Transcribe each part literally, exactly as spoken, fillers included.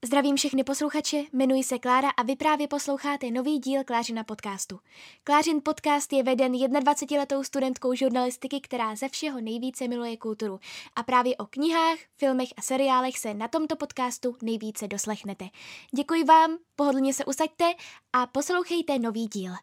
Zdravím všechny posluchače, jmenuji se Klára a vy právě posloucháte nový díl Klářina podcastu. Klářin podcast je veden jednadvacetiletou studentkou žurnalistiky, která ze všeho nejvíce miluje kulturu. A právě o knihách, filmech a seriálech se na tomto podcastu nejvíce doslechnete. Děkuji vám, pohodlně se usaďte a poslouchejte nový díl.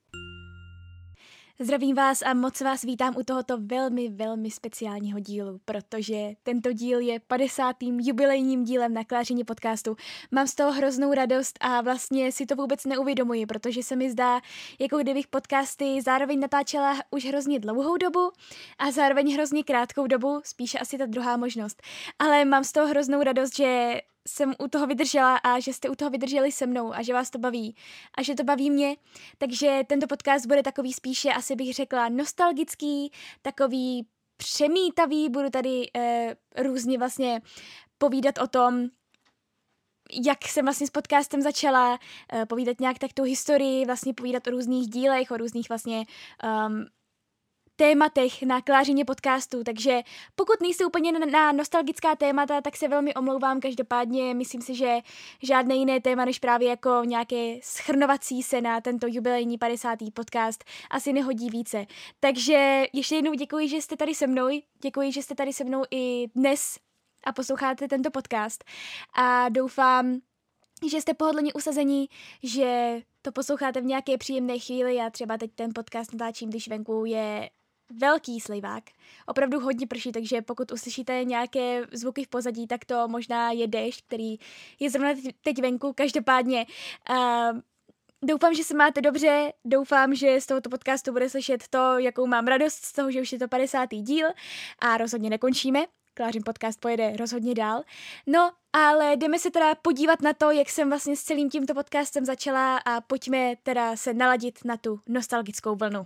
Zdravím vás a moc vás vítám u tohoto velmi, velmi speciálního dílu, protože tento díl je padesátým jubilejním dílem na Klářině podcastu. Mám z toho hroznou radost a vlastně si to vůbec neuvědomuji, protože se mi zdá, jako kdybych podcasty zároveň natáčela už hrozně dlouhou dobu a zároveň hrozně krátkou dobu, spíše asi ta druhá možnost. Ale mám z toho hroznou radost, že jsem u toho vydržela a že jste u toho vydrželi se mnou a že vás to baví a že to baví mě, takže tento podcast bude takový spíše, asi bych řekla, nostalgický, takový přemítavý, budu tady eh, různě vlastně povídat o tom, jak jsem vlastně s podcastem začala, eh, povídat nějak tak tu historii, vlastně povídat o různých dílech, o různých vlastně um, tématech na Klářině podcastu, takže pokud nejste úplně na, na nostalgická témata, tak se velmi omlouvám, každopádně myslím si, že žádné jiné téma, než právě jako nějaké shrnovací se na tento jubilejní padesátý podcast asi nehodí více. Takže ještě jednou děkuji, že jste tady se mnou, děkuji, že jste tady se mnou i dnes a posloucháte tento podcast a doufám, že jste pohodlně usazení, že to posloucháte v nějaké příjemné chvíli. Já třeba teď ten podcast natáčím, když venku je velký slivák. Opravdu hodně prší, takže pokud uslyšíte nějaké zvuky v pozadí, tak to možná je déšť, který je zrovna teď venku. Každopádně uh, doufám, že se máte dobře, doufám, že z tohoto podcastu bude slyšet to, jakou mám radost z toho, že už je to padesátý díl a rozhodně nekončíme. Klářin podcast pojede rozhodně dál. No, ale jdeme se teda podívat na to, jak jsem vlastně s celým tímto podcastem začala a pojďme teda se naladit na tu nostalgickou vlnu.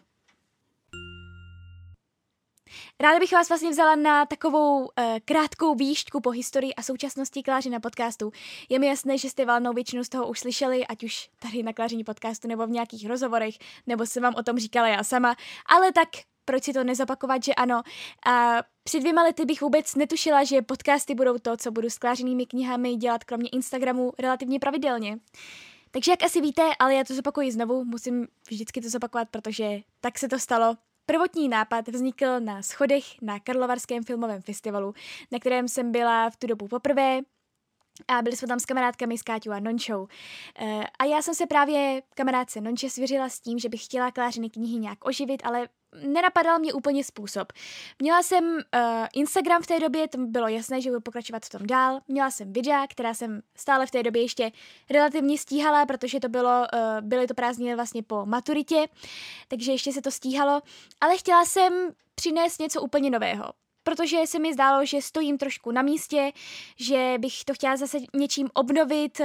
Ráda bych vás vlastně vzala na takovou uh, krátkou výštku po historii a současnosti Klářina podcastu. Je mi jasné, že jste valnou většinu z toho už slyšeli, ať už tady na Klářině podcastu nebo v nějakých rozhovorech, nebo jsem vám o tom říkala já sama, ale tak proč si to nezopakovat, že ano. A před dvěma lety bych vůbec netušila, že podcasty budou to, co budu s Klářinými knihami dělat kromě Instagramu relativně pravidelně. Takže jak asi víte, ale já to zopakuji znovu, musím vždycky to zopakovat, protože tak se to stalo. Prvotní nápad vznikl na schodech na Karlovarském filmovém festivalu, na kterém jsem byla v tu dobu poprvé a byli jsme tam s kamarádkami s Káťou a Nončou. A já jsem se právě kamarádce Nonče svěřila s tím, že bych chtěla Klářiny knihy nějak oživit, ale nenapadal mě úplně způsob. Měla jsem uh, Instagram v té době, to bylo jasné, že budu pokračovat v tom dál. Měla jsem videa, která jsem stále v té době ještě relativně stíhala, protože to bylo, uh, byly to prázdniny vlastně po maturitě, takže ještě se to stíhalo, ale chtěla jsem přinést něco úplně nového. Protože se mi zdálo, že stojím trošku na místě, že bych to chtěla zase něčím obnovit,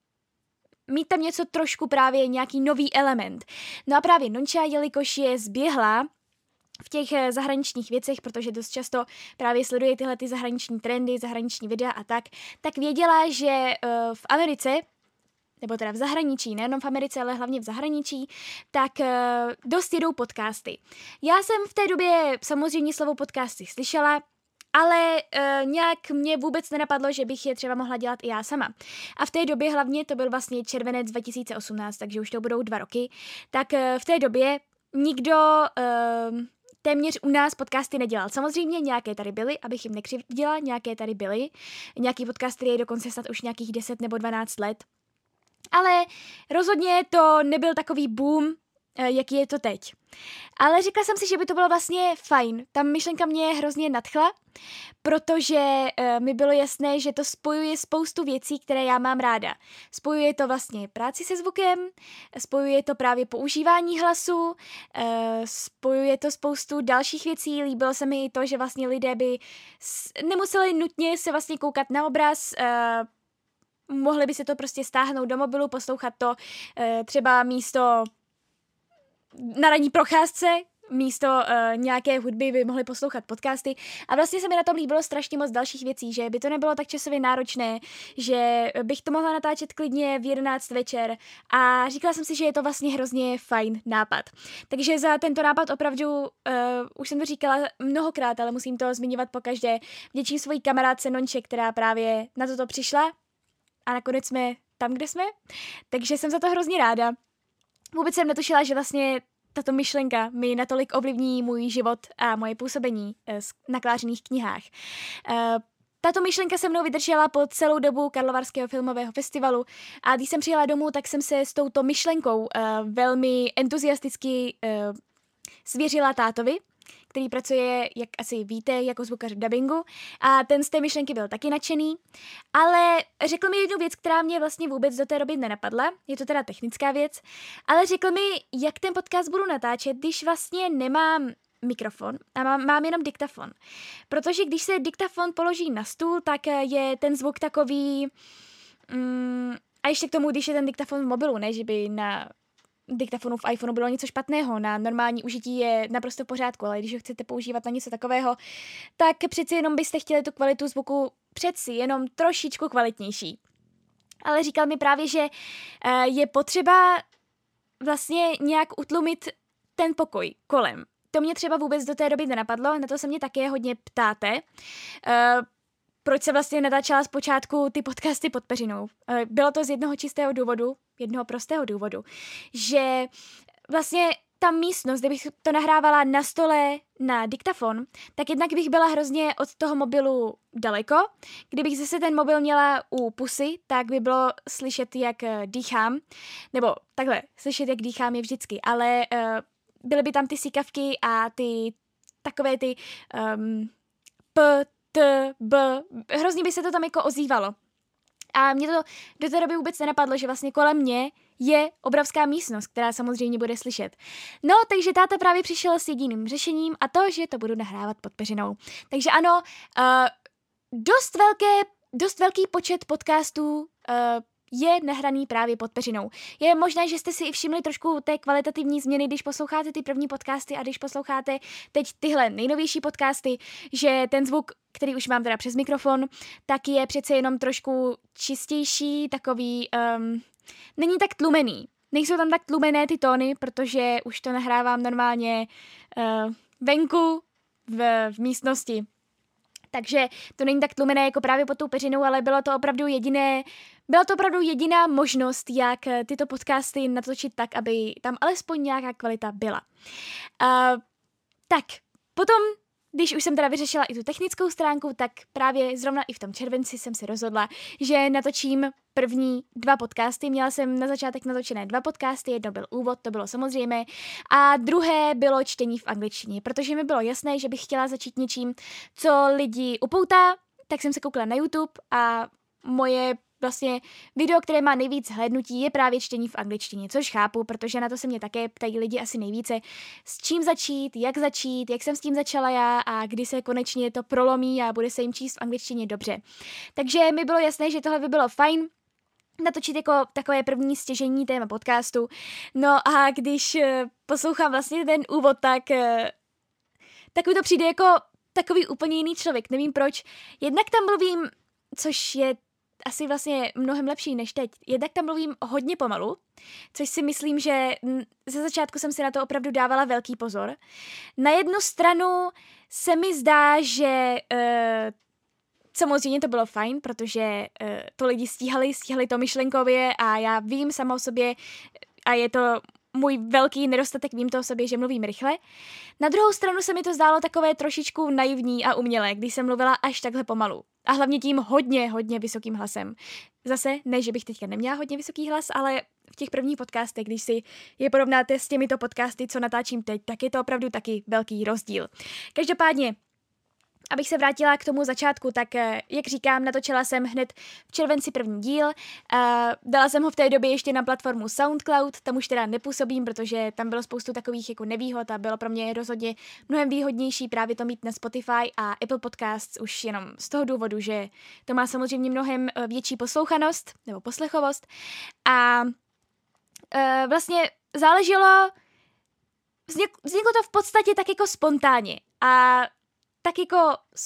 mít tam něco trošku právě nějaký nový element. No a právě Nonča, jelikož je zběhlá v těch zahraničních věcech, protože dost často právě sleduje tyhle ty zahraniční trendy, zahraniční videa a tak, tak věděla, že uh, v Americe, nebo teda v zahraničí, nejenom v Americe, ale hlavně v zahraničí, tak uh, dost jedou podcasty. Já jsem v té době samozřejmě slovo podcasty slyšela, ale uh, nějak mě vůbec nenapadlo, že bych je třeba mohla dělat i já sama. A v té době hlavně, to byl vlastně červenec dva tisíce osmnáct, takže už to budou dva roky, tak uh, v té době nikdo uh, téměř u nás podcasty nedělal. Samozřejmě nějaké tady byly, abych jim nekřivdila, nějaké tady byly. Nějaký podcast, který je dokonce snad už nějakých deset nebo dvanáct let. Ale rozhodně to nebyl takový boom, jaký je to teď. Ale řekla jsem si, že by to bylo vlastně fajn. Ta myšlenka mě hrozně nadchla, protože uh, mi bylo jasné, že to spojuje spoustu věcí, které já mám ráda. Spojuje to vlastně práci se zvukem, spojuje to právě používání hlasu, uh, spojuje to spoustu dalších věcí. Líbilo se mi i to, že vlastně lidé by s- nemuseli nutně se vlastně koukat na obraz, uh, mohli by se to prostě stáhnout do mobilu, poslouchat to uh, třeba místo na ranní procházce, místo uh, nějaké hudby by mohli poslouchat podcasty a vlastně se mi na tom líbilo strašně moc dalších věcí, že by to nebylo tak časově náročné, že bych to mohla natáčet klidně v jedenáct večer a říkala jsem si, že je to vlastně hrozně fajn nápad. Takže za tento nápad opravdu, uh, už jsem to říkala mnohokrát, ale musím to zmiňovat pokaždé, vděčím svojí kamarádce Nonče, která právě na toto přišla a nakonec jsme tam, kde jsme, takže jsem za to hrozně ráda. Vůbec jsem netušila, že vlastně tato myšlenka mi natolik ovlivní můj život a moje působení na klářených knihách. Tato myšlenka se mnou vydržela po celou dobu Karlovarského filmového festivalu a když jsem přijela domů, tak jsem se s touto myšlenkou uh, velmi entuziasticky uh, svěřila tátovi, který pracuje, jak asi víte, jako zvukař v dabingu a ten z té myšlenky byl taky nadšený, ale řekl mi jednu věc, která mě vlastně vůbec do té doby nenapadla, je to teda technická věc, ale řekl mi, jak ten podcast budu natáčet, když vlastně nemám mikrofon a mám, mám jenom diktafon. Protože když se diktafon položí na stůl, tak je ten zvuk takový... Mm, a ještě k tomu, když je ten diktafon v mobilu, ne, že by na diktafonu v iPhoneu bylo něco špatného, na normální užití je naprosto v pořádku, ale když ho chcete používat na něco takového, tak přeci jenom byste chtěli tu kvalitu zvuku přeci jenom trošičku kvalitnější. Ale říkal mi právě, že uh, je potřeba vlastně nějak utlumit ten pokoj kolem. To mě třeba vůbec do té doby nenapadlo, na to se mě také hodně ptáte. Uh, proč se vlastně natáčela zpočátku ty podcasty pod peřinou? Uh, bylo to z jednoho čistého důvodu, jednoho prostého důvodu, že vlastně ta místnost, kdybych to nahrávala na stole na diktafon, tak jednak bych byla hrozně od toho mobilu daleko. Kdybych zase ten mobil měla u pusy, tak by bylo slyšet, jak dýchám. Nebo takhle, slyšet, jak dýchám je vždycky, ale uh, byly by tam ty sýkavky a ty takové ty um, p, t, b, hrozně by se to tam jako ozývalo. A mě to do té doby vůbec nenapadlo, že vlastně kolem mě je obrovská místnost, která samozřejmě bude slyšet. No, takže táta právě přišel s jediným řešením a to, že to budu nahrávat pod peřinou. Takže ano, uh, dost, velké, dost velký počet podcastů uh, je nahraný právě pod peřinou. Je možné, že jste si i všimli trošku té kvalitativní změny, když posloucháte ty první podcasty a když posloucháte teď tyhle nejnovější podcasty, že ten zvuk, který už mám teda přes mikrofon, tak je přece jenom trošku čistější, takový, um, není tak tlumený. Nejsou tam tak tlumené ty tóny, protože už to nahrávám normálně uh, venku v, v místnosti. Takže to není tak tlumené jako právě pod tou peřinou, ale bylo to opravdu jediné, byla to opravdu jediná možnost, jak tyto podcasty natočit tak, aby tam alespoň nějaká kvalita byla. Uh, tak, potom, když už jsem teda vyřešila i tu technickou stránku, tak právě zrovna i v tom červenci jsem se rozhodla, že natočím první dva podcasty. Měla jsem na začátek natočené dva podcasty, jedno byl úvod, to bylo samozřejmé, a druhé bylo čtení v angličtině, protože mi bylo jasné, že bych chtěla začít něčím, co lidi upoutá, tak jsem se koukla na YouTube a moje vlastně video, které má nejvíc hlédnutí, je právě čtení v angličtině, což chápu, protože na to se mě také ptají lidi asi nejvíce, s čím začít, jak začít, jak jsem s tím začala já a kdy se konečně to prolomí a bude se jim číst v angličtině dobře. Takže mi bylo jasné, že tohle by bylo fajn natočit jako takové první stěžení téma podcastu. No a když uh, poslouchám vlastně ten úvod, tak uh, tak mi to přijde jako takový úplně jiný člověk, nevím proč. Jednak tam mluvím, což je asi vlastně mnohem lepší než teď. Jednak tam mluvím hodně pomalu, což si myslím, že ze začátku jsem si na to opravdu dávala velký pozor. Na jednu stranu se mi zdá, že uh, samozřejmě to bylo fajn, protože uh, to lidi stíhali, stíhali to myšlenkově a já vím sama o sobě a je to můj velký nedostatek, vím to o sobě, že mluvím rychle. Na druhou stranu se mi to zdálo takové trošičku naivní a umělé, když jsem mluvila až takhle pomalu. A hlavně tím hodně, hodně vysokým hlasem. Zase, ne, že bych teďka neměla hodně vysoký hlas, ale v těch prvních podcastech, když si je porovnáte s těmito podcasty, co natáčím teď, tak je to opravdu taky velký rozdíl. Každopádně, abych se vrátila k tomu začátku, tak jak říkám, natočila jsem hned v červenci první díl. Dala jsem ho v té době ještě na platformu SoundCloud, tam už teda nepůsobím, protože tam bylo spoustu takových jako nevýhod a bylo pro mě rozhodně mnohem výhodnější právě to mít na Spotify a Apple Podcasts už jenom z toho důvodu, že to má samozřejmě mnohem větší poslouchanost nebo poslechovost. A vlastně záleželo, vzniklo to v podstatě tak jako spontánně a tak jako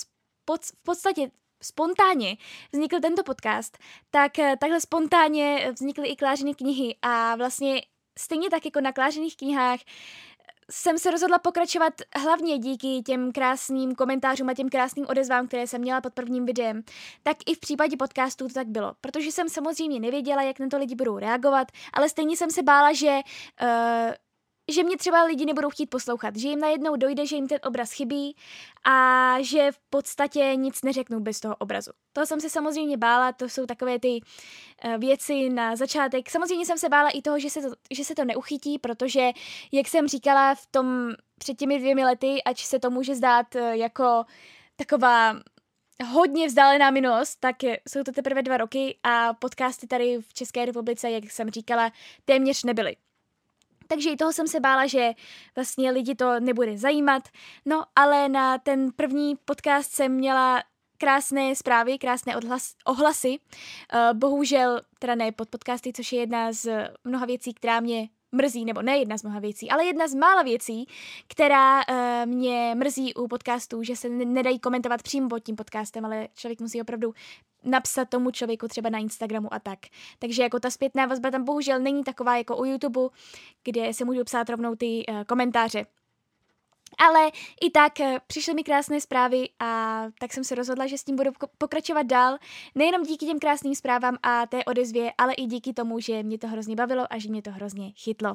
v podstatě spontánně vznikl tento podcast, tak takhle spontánně vznikly i klářené knihy a vlastně stejně tak jako na klářených knihách jsem se rozhodla pokračovat hlavně díky těm krásným komentářům a těm krásným odezvám, které jsem měla pod prvním videem, tak i v případě podcastu to tak bylo. Protože jsem samozřejmě nevěděla, jak na to lidi budou reagovat, ale stejně jsem se bála, že... Uh, že mě třeba lidi nebudou chtít poslouchat, že jim najednou dojde, že jim ten obraz chybí a že v podstatě nic neřeknu bez toho obrazu. Toho jsem se samozřejmě bála, to jsou takové ty uh, věci na začátek. Samozřejmě jsem se bála i toho, že se to, že se to neuchytí, protože, jak jsem říkala v tom před těmi dvěmi lety, ač se to může zdát uh, jako taková hodně vzdálená minulost, tak jsou to teprve dva roky a podcasty tady v České republice, jak jsem říkala, téměř nebyly. Takže i toho jsem se bála, že vlastně lidi to nebude zajímat. No, ale na ten první podcast jsem měla krásné zprávy, krásné odhlas, ohlasy. Uh, bohužel, teda ne pod podcasty, což je jedna z mnoha věcí, která mě mrzí, nebo ne jedna z mnoha věcí, ale jedna z mála věcí, která uh, mě mrzí u podcastů, že se nedají komentovat přímo pod tím podcastem, ale člověk musí opravdu napsat tomu člověku třeba na Instagramu a tak. Takže jako ta zpětná vazba tam bohužel není taková jako u YouTube, kde se můžou psát rovnou ty uh, komentáře. Ale i tak přišly mi krásné zprávy a tak jsem se rozhodla, že s tím budu pokračovat dál. Nejenom díky těm krásným zprávám a té odezvě, ale i díky tomu, že mě to hrozně bavilo a že mě to hrozně chytlo.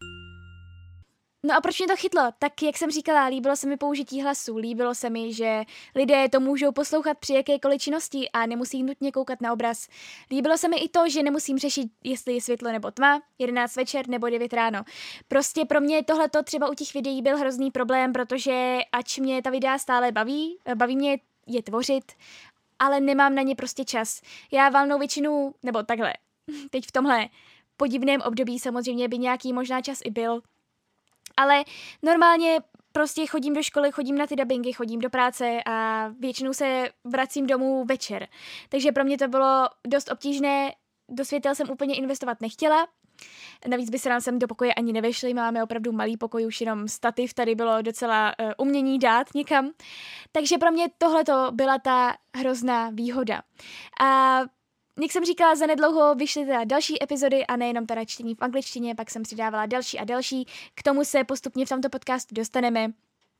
No a proč mě to chytlo? Tak jak jsem říkala, líbilo se mi použití hlasu, líbilo se mi, že lidé to můžou poslouchat při jakékoliv činnosti a nemusí nutně koukat na obraz. Líbilo se mi i to, že nemusím řešit, jestli je světlo nebo tma, jedenáct večer nebo devět ráno. Prostě pro mě tohleto třeba u těch videí byl hrozný problém, protože ač mě ta videa stále baví, baví mě je tvořit, ale nemám na ně prostě čas. Já valnou většinu, nebo takhle, teď v tomhle podivném období samozřejmě by nějaký možná čas i byl, ale normálně prostě chodím do školy, chodím na ty dabingy, chodím do práce a většinou se vracím domů večer. Takže pro mě to bylo dost obtížné, do světel jsem úplně investovat nechtěla. Navíc by se nám sem do pokoje ani nevešli, máme opravdu malý pokoj, už jenom stativ, tady bylo docela uh, umění dát někam. Takže pro mě tohleto byla ta hrozná výhoda. A jak jsem říkala, zanedlouho vyšly teda další epizody a nejenom teda čtení v angličtině, pak jsem přidávala další a další. K tomu se postupně v tomto podcastu dostaneme.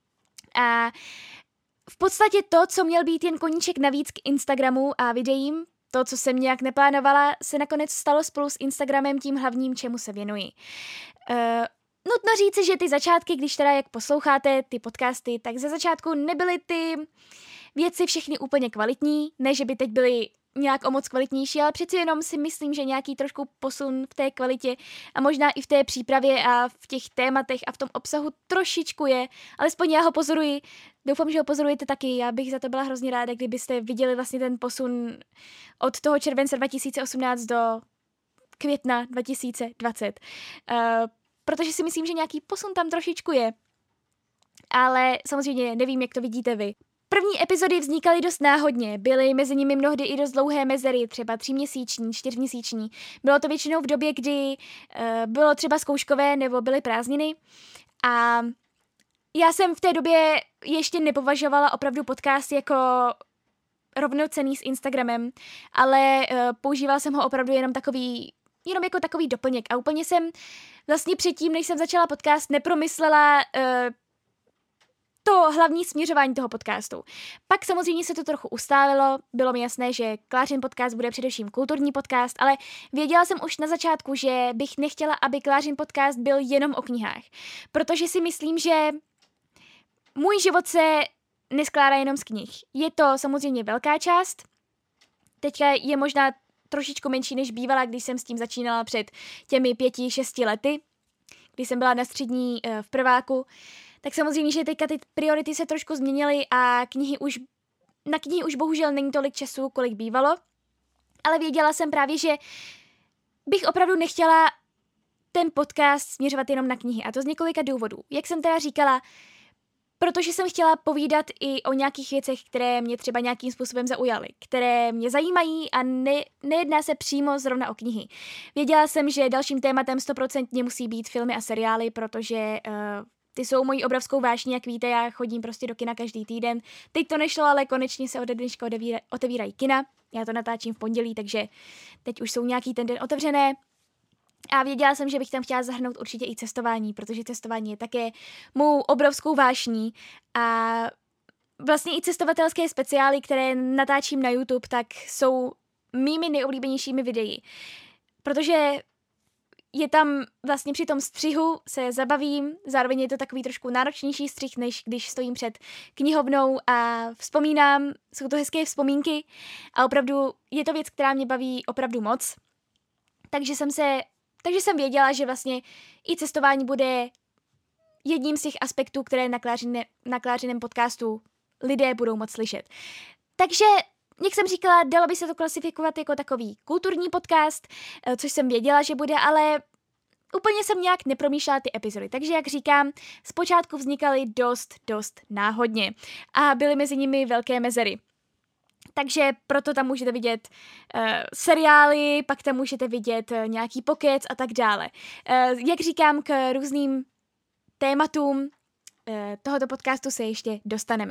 A v podstatě to, co měl být jen koníček navíc k Instagramu a videím, to, co jsem nějak neplánovala, se nakonec stalo spolu s Instagramem tím hlavním, čemu se věnuji. Uh, nutno říci, že ty začátky, když teda jak posloucháte ty podcasty, tak ze začátku nebyly ty věci všechny úplně kvalitní, ne, že by teď byly nějak o moc kvalitnější, ale přeci jenom si myslím, že nějaký trošku posun v té kvalitě a možná i v té přípravě a v těch tématech a v tom obsahu trošičku je, alespoň já ho pozoruji, doufám, že ho pozorujete taky, já bych za to byla hrozně ráda, kdybyste viděli vlastně ten posun od toho července dva tisíce osmnáct do května dva tisíce dvacet, uh, protože si myslím, že nějaký posun tam trošičku je, ale samozřejmě nevím, jak to vidíte vy. První epizody vznikaly dost náhodně, byly mezi nimi mnohdy i dost dlouhé mezery, třeba tříměsíční, čtyřměsíční. Bylo to většinou v době, kdy uh, bylo třeba zkouškové nebo byly prázdniny a já jsem v té době ještě nepovažovala opravdu podcast jako rovnocenný s Instagramem, ale uh, používala jsem ho opravdu jenom takový, jenom jako takový doplněk a úplně jsem vlastně předtím, než jsem začala podcast, nepromyslela uh, to hlavní směřování toho podcastu. Pak samozřejmě se to trochu ustálilo, bylo mi jasné, že Klářin podcast bude především kulturní podcast, ale věděla jsem už na začátku, že bych nechtěla, aby Klářin podcast byl jenom o knihách, protože si myslím, že můj život se neskládá jenom z knih. Je to samozřejmě velká část, teďka je možná trošičku menší, než bývala, když jsem s tím začínala před těmi pěti, šesti lety, když jsem byla na střední v prváku. Tak samozřejmě, že teďka ty priority se trošku změnily a knihy už, na knihy už bohužel není tolik času, kolik bývalo, ale věděla jsem právě, že bych opravdu nechtěla ten podcast směřovat jenom na knihy a to z několika důvodů. Jak jsem teda říkala, protože jsem chtěla povídat i o nějakých věcech, které mě třeba nějakým způsobem zaujaly, které mě zajímají a ne, nejedná se přímo zrovna o knihy. Věděla jsem, že dalším tématem stoprocentně musí být filmy a seriály, protože uh, ty jsou mojí obrovskou vášní, jak víte, já chodím prostě do kina každý týden. Teď to nešlo, ale konečně se ode dneška otevíra, otevírají kina. Já to natáčím v pondělí, takže teď už jsou nějaký ten den otevřené. A věděla jsem, že bych tam chtěla zahrnout určitě i cestování, protože cestování je také mou obrovskou vášní a vlastně i cestovatelské speciály, které natáčím na YouTube, tak jsou mými nejoblíbenějšími videi, protože je tam vlastně při tom střihu se zabavím, zároveň je to takový trošku náročnější střih, než když stojím před knihovnou a vzpomínám, jsou to hezké vzpomínky a opravdu je to věc, která mě baví opravdu moc. Takže jsem se, takže jsem věděla, že vlastně i cestování bude jedním z těch aspektů, které na, Klářine, na Klářiném podcastu lidé budou moc slyšet. Takže, jak jsem říkala, dalo by se to klasifikovat jako takový kulturní podcast, což jsem věděla, že bude, ale úplně jsem nějak nepromýšlela ty epizody. Takže, jak říkám, zpočátku vznikaly dost, dost náhodně a byly mezi nimi velké mezery. Takže proto tam můžete vidět uh, seriály, pak tam můžete vidět uh, nějaký pokec a tak dále. Uh, jak říkám, k různým tématům uh, tohoto podcastu se ještě dostaneme.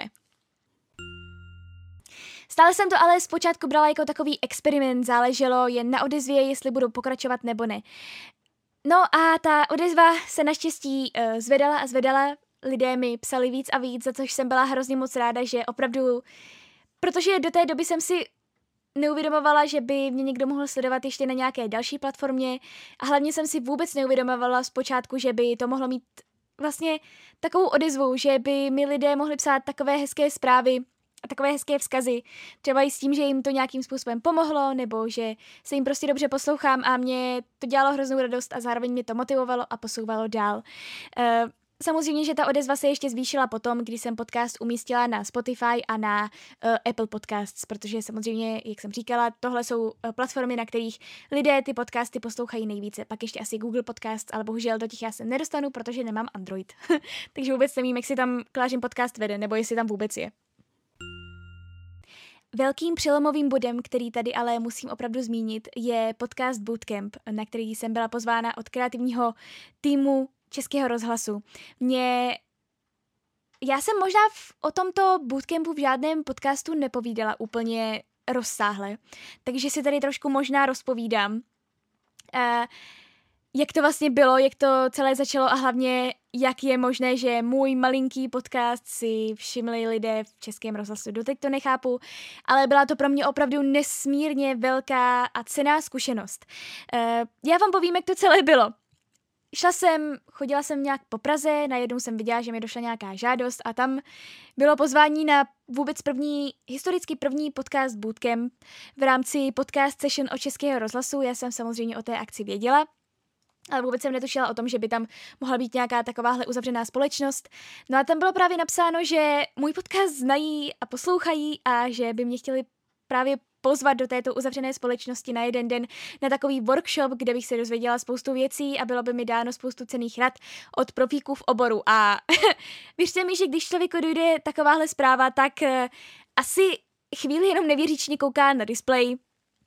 Stále jsem to ale zpočátku brala jako takový experiment, záleželo jen na odezvě, jestli budu pokračovat nebo ne. No a ta odezva se naštěstí uh, zvedala a zvedala, lidé mi psali víc a víc, za což jsem byla hrozně moc ráda, že opravdu, protože do té doby jsem si neuvědomovala, že by mě někdo mohl sledovat ještě na nějaké další platformě a hlavně jsem si vůbec neuvědomovala zpočátku, že by to mohlo mít vlastně takovou odezvu, že by mi lidé mohli psát takové hezké zprávy a takové hezké vzkazy, třeba i s tím, že jim to nějakým způsobem pomohlo, nebo že se jim prostě dobře poslouchám a mě to dělalo hroznou radost a zároveň mě to motivovalo a posouvalo dál. Uh, samozřejmě, že ta odezva se ještě zvýšila potom, když jsem podcast umístila na Spotify a na uh, Apple Podcasts, protože samozřejmě, jak jsem říkala, tohle jsou uh, platformy, na kterých lidé ty podcasty poslouchají nejvíce. Pak ještě asi Google Podcasts, ale bohužel do těch já se nedostanu, protože nemám Android. Takže vůbec nevím, jak si tam Klářin podcast vede, nebo jestli tam vůbec je. Velkým přelomovým bodem, který tady ale musím opravdu zmínit, je podcast Bootcamp, na který jsem byla pozvána od kreativního týmu Českého rozhlasu. Mě... Já jsem možná v, o tomto bootcampu v žádném podcastu nepovídala úplně rozsáhle, takže si tady trošku možná rozpovídám, uh, jak to vlastně bylo, jak to celé začalo a hlavně jak je možné, že můj malinký podcast si všimli lidé v Českém rozhlasu. Doteď to nechápu, ale byla to pro mě opravdu nesmírně velká a cenná zkušenost. Uh, já vám povím, jak to celé bylo. Šla jsem, chodila jsem nějak po Praze, najednou jsem viděla, že mi došla nějaká žádost a tam bylo pozvání na vůbec první, historicky první podcast Bootcamp v rámci podcast session od Českého rozhlasu. Já jsem samozřejmě o té akci věděla, ale vůbec jsem netušila o tom, že by tam mohla být nějaká takováhle uzavřená společnost. No a tam bylo právě napsáno, že můj podcast znají a poslouchají a že by mě chtěli právě pozvat do této uzavřené společnosti na jeden den na takový workshop, kde bych se dozvěděla spoustu věcí a bylo by mi dáno spoustu cenných rad od profíků v oboru. A věřte mi, že když člověku dojde takováhle zpráva, tak uh, asi chvíli jenom nevěříčně kouká na displej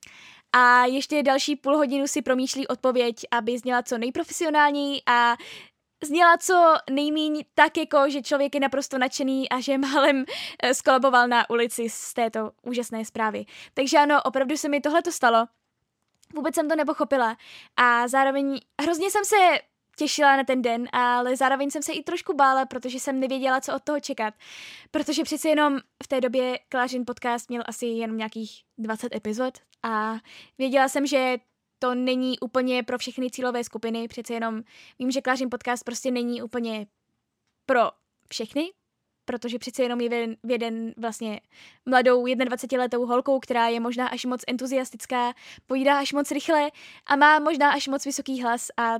a ještě další půl hodinu si promýšlí odpověď, aby zněla co nejprofesionálněji a zněla co nejmíň tak, jako že člověk je naprosto nadšený a že málem skolaboval na ulici z této úžasné zprávy. Takže ano, opravdu se mi tohleto stalo. Vůbec jsem to nepochopila a zároveň hrozně jsem se těšila na ten den, ale zároveň jsem se i trošku bála, protože jsem nevěděla, co od toho čekat. Protože přeci jenom v té době Klářin podcast měl asi jenom nějakých dvacet epizod a věděla jsem, že to není úplně pro všechny cílové skupiny, přece jenom vím, že Klářin podcast prostě není úplně pro všechny, protože přece jenom je věden, věden vlastně mladou jednadvacetiletou holkou, která je možná až moc entuziastická, povídá až moc rychle a má možná až moc vysoký hlas a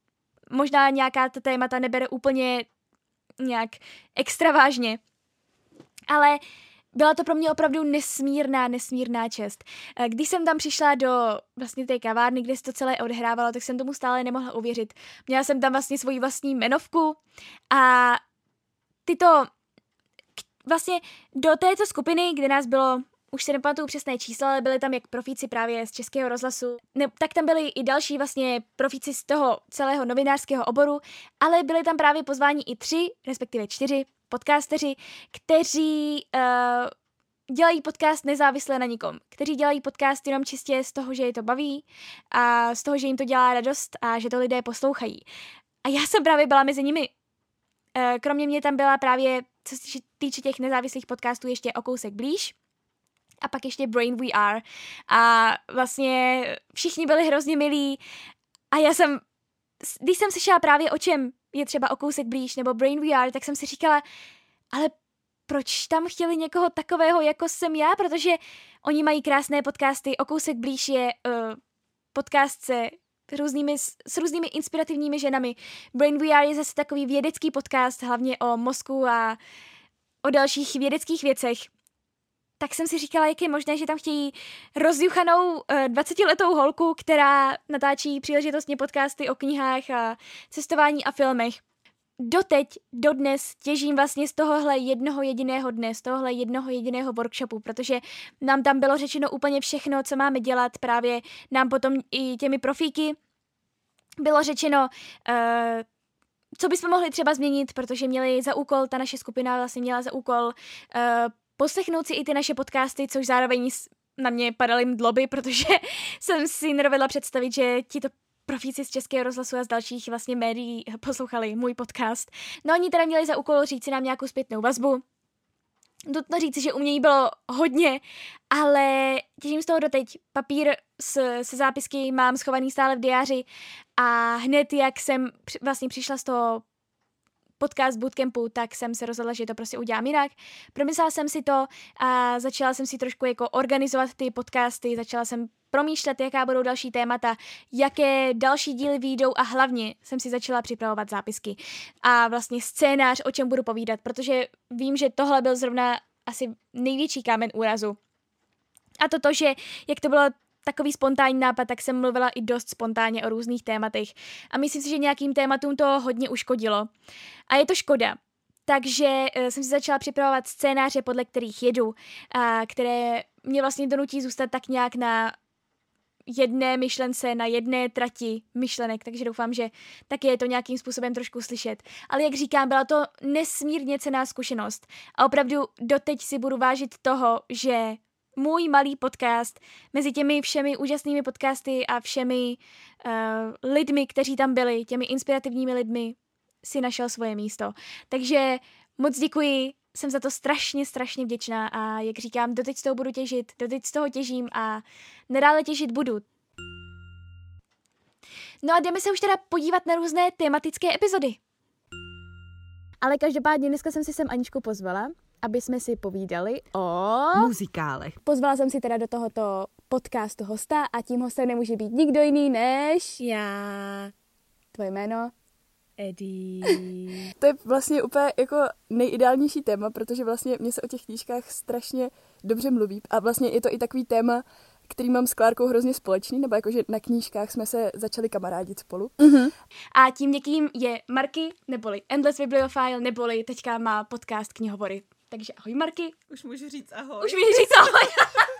možná nějaká ta témata nebere úplně nějak extra vážně. Ale byla to pro mě opravdu nesmírná, nesmírná čest. Když jsem tam přišla do vlastně té kavárny, kde se to celé odehrávalo, tak jsem tomu stále nemohla uvěřit. Měla jsem tam vlastně svoji vlastní jmenovku a tyto vlastně do této skupiny, kde nás bylo, už se nepamatuju přesné číslo, ale byli tam jak profíci právě z Českého rozhlasu, ne, tak tam byli i další vlastně profíci z toho celého novinářského oboru, ale byli tam právě pozváni i tři, respektive čtyři podcasteři, kteří uh, dělají podcast nezávisle na nikom, kteří dělají podcast jenom čistě z toho, že je to baví a z toho, že jim to dělá radost a že to lidé poslouchají. A já jsem právě byla mezi nimi. Kromě mě tam byla právě, co se týče těch nezávislých podcastů, ještě o kousek blíž. A pak ještě Brain We Are. A vlastně všichni byli hrozně milí. A já jsem, když jsem slyšela právě o čem je třeba o kousek blíž nebo Brain We Are, tak jsem si říkala, ale proč tam chtěli někoho takového, jako jsem já? Protože oni mají krásné podcasty. O kousek blíž je uh, podcast se různými, s různými inspirativními ženami. Brain We Are je zase takový vědecký podcast, hlavně o mozku a o dalších vědeckých věcech. Tak jsem si říkala, jak je možné, že tam chtějí rozjuchanou uh, dvacetiletou holku, která natáčí příležitostně podcasty o knihách a cestování a filmech. Doteď, dodnes těžím vlastně z tohohle jednoho jediného dne, z tohohle jednoho jediného workshopu, protože nám tam bylo řečeno úplně všechno, co máme dělat, právě nám potom i těmi profíky bylo řečeno, uh, co bychom mohli třeba změnit, protože měli za úkol, ta naše skupina vlastně měla za úkol uh, poslechnout si i ty naše podcasty, což zároveň na mě padaly mdloby, protože jsem si nedovedla představit, že ti to profíci z Českého rozhlasu a z dalších vlastně médií poslouchali můj podcast. No oni teda měli za úkol říct si nám nějakou zpětnou vazbu. Nutno říct, že umění bylo hodně, ale těším z toho doteď. Papír s, se zápisky mám schovaný stále v diáři a hned, jak jsem při, vlastně přišla z toho podcast bootcampu, tak jsem se rozhodla, že to prostě udělám jinak. Promyslela jsem si to a začala jsem si trošku jako organizovat ty podcasty, začala jsem promýšlet, jaká budou další témata, jaké další díly vyjdou a hlavně jsem si začala připravovat zápisky a vlastně scénář, o čem budu povídat, protože vím, že tohle byl zrovna asi největší kámen úrazu. A to to, že jak to bylo takový spontánní nápad, tak jsem mluvila i dost spontánně o různých tématech a myslím si, že nějakým tématům to hodně uškodilo. A je to škoda. Takže uh, jsem si začala připravovat scénáře, podle kterých jedu, a které mě vlastně donutí zůstat tak nějak na jedné myšlence, na jedné trati myšlenek, takže doufám, že taky je to nějakým způsobem trošku slyšet. Ale jak říkám, byla to nesmírně cenná zkušenost a opravdu doteď si budu vážit toho, že můj malý podcast mezi těmi všemi úžasnými podcasty a všemi uh, lidmi, kteří tam byli, těmi inspirativními lidmi, si našel svoje místo. Takže moc děkuji, jsem za to strašně, strašně vděčná a jak říkám, doteď z toho budu těžit, doteď z toho těžím a nadále těžit budu. No a jdeme se už teda podívat na různé tematické epizody. Ale každopádně dneska jsem si sem Aničku pozvala, aby jsme si povídali o muzikálech. Pozvala jsem si teda do tohoto podcastu hosta a tím hostem nemůže být nikdo jiný než já. Tvoje jméno? Eddie. To je vlastně úplně jako nejideálnější téma, protože vlastně mně se o těch knížkách strašně dobře mluví a vlastně je to i takový téma, který mám s Klárkou hrozně společný, nebo jakože na knížkách jsme se začali kamarádit spolu. Uh-huh. A tím někým je Marky, neboli Endless Bibliophile, neboli teďka má podcast Knihovory. Takže ahoj Marky. Už můžu říct ahoj. Už můžu říct ahoj.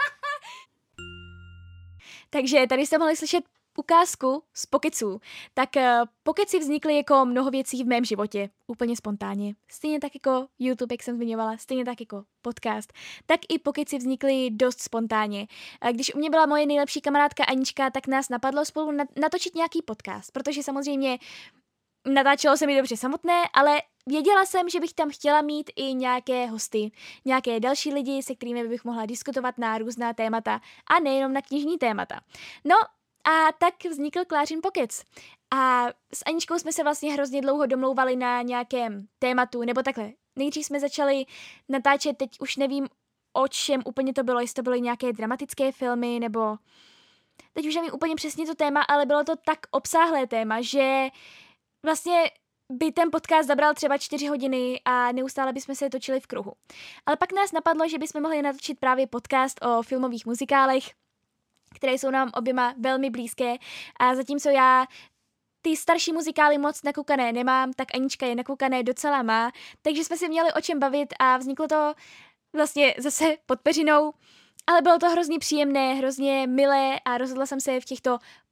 Takže tady jste mohli slyšet ukázku z pokeců. Tak uh, pokeci vznikly jako mnoho věcí v mém životě, úplně spontánně. Stejně tak jako YouTube, jak jsem zmiňovala, stejně tak jako podcast. Tak i pokeci vznikly dost spontánně. Uh, když u mě byla moje nejlepší kamarádka Anička, tak nás napadlo spolu natočit nějaký podcast, protože samozřejmě natáčelo se mi dobře samotné, ale věděla jsem, že bych tam chtěla mít i nějaké hosty, nějaké další lidi, se kterými bych mohla diskutovat na různá témata a nejenom na knižní témata. No a tak vznikl Klářin pokec. A s Aničkou jsme se vlastně hrozně dlouho domlouvali na nějakém tématu, nebo takhle. Nejdřív jsme začali natáčet, teď už nevím, o čem úplně to bylo, jestli to byly nějaké dramatické filmy, nebo teď už nevím úplně přesně to téma, ale bylo to tak obsáhlé téma, že vlastně by ten podcast zabral třeba čtyři hodiny a neustále bychom se točili v kruhu. Ale pak nás napadlo, že bychom mohli natočit právě podcast o filmových muzikálech, které jsou nám oběma velmi blízké a zatímco já ty starší muzikály moc nakoukané nemám, tak Anička je nakoukané docela má, takže jsme si měli o čem bavit a vzniklo to vlastně zase pod peřinou, ale bylo to hrozně příjemné, hrozně milé a rozhodla jsem se v těchto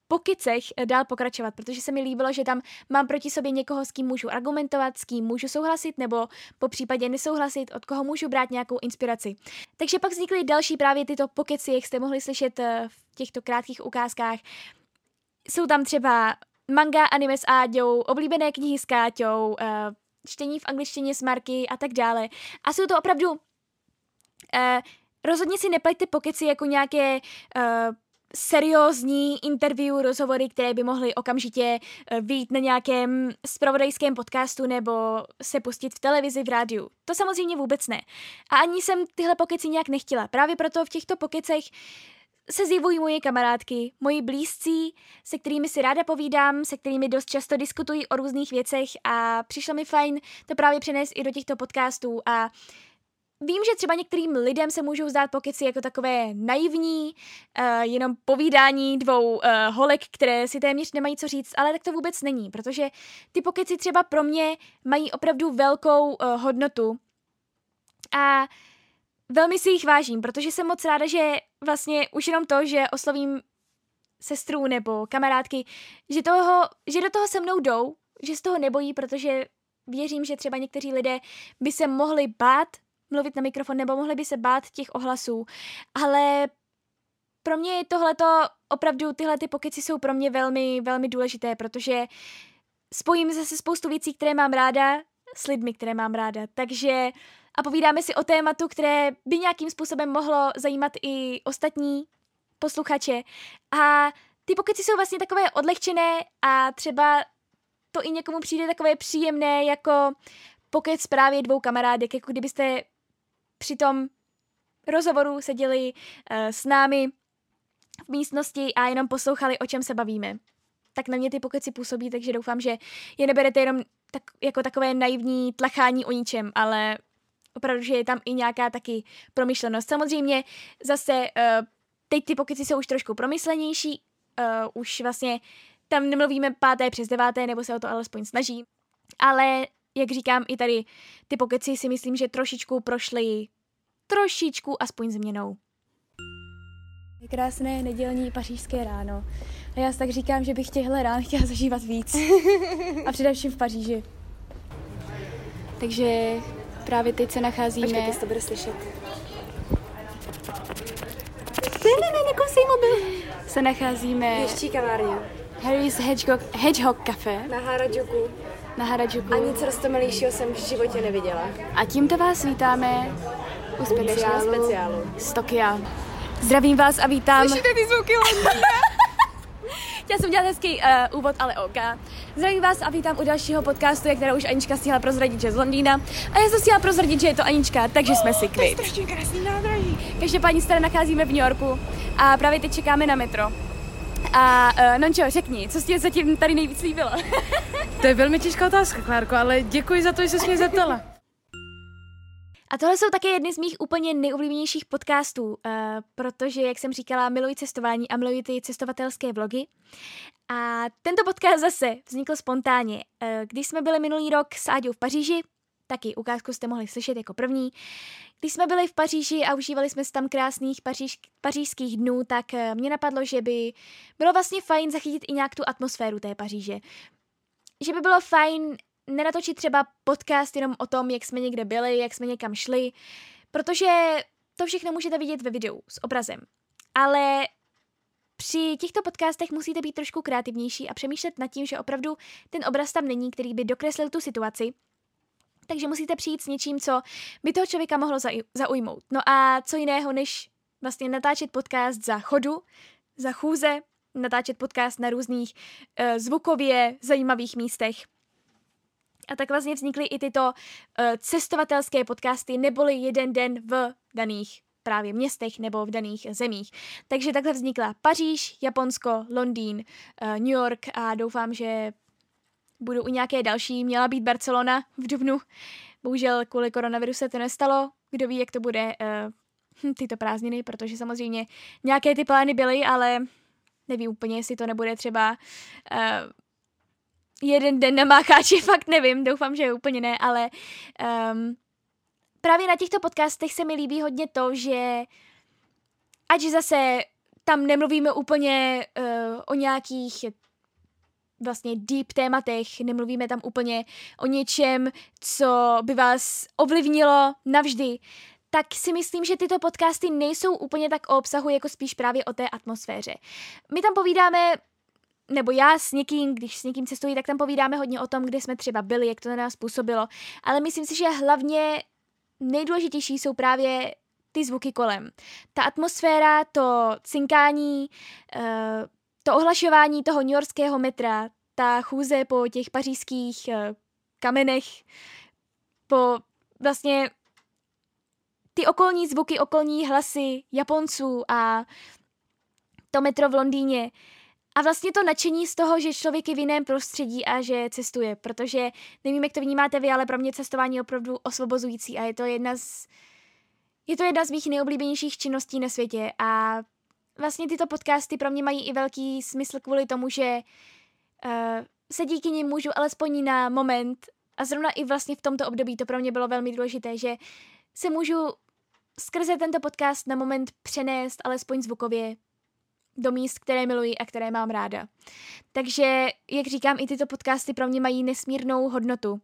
pokecech dál pokračovat, protože se mi líbilo, že tam mám proti sobě někoho, s kým můžu argumentovat, s kým můžu souhlasit nebo po případě nesouhlasit, od koho můžu brát nějakou inspiraci. Takže pak vznikly další právě tyto pokeci, jak jste mohli slyšet v těchto krátkých ukázkách. Jsou tam třeba manga, anime s Áďou, oblíbené knihy s Káťou, čtení v angličtině s Marky a tak dále. A jsou to opravdu... Uh, rozhodně si nepleťte pokeci jako nějaké... Uh, seriózní interview, rozhovory, které by mohly okamžitě vyjít na nějakém zpravodajském podcastu nebo se pustit v televizi, v rádiu. To samozřejmě vůbec ne. A ani jsem tyhle pokeci nějak nechtěla. Právě proto v těchto pokecech se zjevují moje kamarádky, moji blízcí, se kterými si ráda povídám, se kterými dost často diskutuji o různých věcech a přišlo mi fajn to právě přenést i do těchto podcastů a vím, že třeba některým lidem se můžou zdát pokeci jako takové naivní, uh, jenom povídání dvou uh, holek, které si téměř nemají co říct, ale tak to vůbec není, protože ty pokeci třeba pro mě mají opravdu velkou uh, hodnotu a velmi si jich vážím, protože jsem moc ráda, že vlastně už jenom to, že oslovím sestru nebo kamarádky, že, toho, že do toho se mnou jdou, že z toho nebojí, protože věřím, že třeba někteří lidé by se mohli bát mluvit na mikrofon, nebo mohli by se bát těch ohlasů, ale pro mě je tohleto, opravdu tyhle ty pokeci jsou pro mě velmi, velmi důležité, protože spojím zase spoustu věcí, které mám ráda, s lidmi, které mám ráda, takže a povídáme si o tématu, které by nějakým způsobem mohlo zajímat i ostatní posluchače a ty pokeci jsou vlastně takové odlehčené a třeba to i někomu přijde takové příjemné jako pokec právě dvou kamarádek, jako kdybyste při tom rozhovoru seděli uh, s námi v místnosti a jenom poslouchali, o čem se bavíme. Tak na mě ty pokeci působí, takže doufám, že je neberete jenom tak, jako takové naivní tlachání o ničem, ale opravdu, že je tam i nějaká taky promyšlenost. Samozřejmě zase uh, teď ty pokeci jsou už trošku promyslenější, uh, už vlastně tam nemluvíme páté přes deváté, nebo se o to alespoň snaží, ale jak říkám, i tady ty pokeci si myslím, že trošičku prošly trošičku aspoň změnou. Je krásné nedělní pařížské ráno. A já si tak říkám, že bych těchhle rán chtěla zažívat víc. A především v Paříži. Takže právě teď se nacházíme... Počkej, to bude slyšet. Ne, ne, ne, nekousej mobil. Se nacházíme... Ještě kavárně. Harry's Hedgehog, Hedgehog Cafe. Na Harajuku. Na Harajuku. A nic roztomilejšího jsem v životě neviděla. A tímto vás vítáme u speciálu, speciálu. z Tokia. Zdravím vás a vítám... Slyšíte ty zvuky Londýna? Chtěla jsem dělat hezký uh, úvod, ale OK. Zdravím vás a vítám u dalšího podcastu, jak která už Anička stihla prozradit, že je z Londýna. A já jsem stihla prozradit, že je to Anička, takže jsme si kvit. To je strašně krásný nádraží. Každopádně se tady nacházíme v New Yorku a právě teď čekáme na metro. A uh, Nončo, řekni, co ti zatím tady nejvíc líbilo? To je velmi těžká otázka, Klárko, ale děkuji za to, že jsi mě zeptala. A tohle jsou také jedny z mých úplně nejoblíbenějších podcastů, uh, protože, jak jsem říkala, miluji cestování a miluji ty cestovatelské vlogy. A tento podcast zase vznikl spontánně. Uh, když jsme byli minulý rok s Áďou v Paříži, taky ukázku jste mohli slyšet jako první. Když jsme byli v Paříži a užívali jsme si tam krásných paříž, pařížských dnů, tak uh, mě napadlo, že by bylo vlastně fajn zachytit i nějak tu atmosféru té Paříže. Že by bylo fajn nenatočit třeba podcast jenom o tom, jak jsme někde byli, jak jsme někam šli, protože to všechno můžete vidět ve videu s obrazem. Ale při těchto podcastech musíte být trošku kreativnější a přemýšlet nad tím, že opravdu ten obraz tam není, který by dokreslil tu situaci. Takže musíte přijít s něčím, co by toho člověka mohlo zaujmout. No a co jiného, než vlastně natáčet podcast za chodu, za chůze, natáčet podcast na různých uh, zvukově zajímavých místech. A tak vlastně vznikly i tyto uh, cestovatelské podcasty, neboli jeden den v daných právě městech nebo v daných zemích. Takže takhle vznikla Paříž, Japonsko, Londýn, uh, New York a doufám, že budou i nějaké další. Měla být Barcelona v dubnu. Bohužel kvůli koronaviru se to nestalo. Kdo ví, jak to bude uh, tyto prázdniny, protože samozřejmě nějaké ty plány byly, ale nevím úplně, jestli to nebude třeba... Uh, jeden den na mácháči, fakt nevím, doufám, že úplně ne, ale um, právě na těchto podcastech se mi líbí hodně to, že ať zase tam nemluvíme úplně uh, o nějakých vlastně deep tématech, nemluvíme tam úplně o něčem, co by vás ovlivnilo navždy, tak si myslím, že tyto podcasty nejsou úplně tak o obsahu, jako spíš právě o té atmosféře. My tam povídáme, nebo já s někým, když s někým cestuji, tak tam povídáme hodně o tom, kde jsme třeba byli, jak to na nás působilo, ale myslím si, že hlavně nejdůležitější jsou právě ty zvuky kolem. Ta atmosféra, to cinkání, to ohlašování toho newyorského metra, ta chůze po těch pařížských kamenech, po vlastně ty okolní zvuky, okolní hlasy Japonců a to metro v Londýně. A vlastně to nadšení z toho, že člověk je v jiném prostředí a že cestuje, protože nevím, jak to vnímáte vy, ale pro mě cestování je opravdu osvobozující a je to jedna z, je to jedna z mých nejoblíbenějších činností na světě a vlastně tyto podcasty pro mě mají i velký smysl kvůli tomu, že uh, se díky nim můžu alespoň na moment a zrovna i vlastně v tomto období to pro mě bylo velmi důležité, že se můžu skrze tento podcast na moment přenést alespoň zvukově do míst, které miluji a které mám ráda. Takže, jak říkám, i tyto podcasty pro mě mají nesmírnou hodnotu.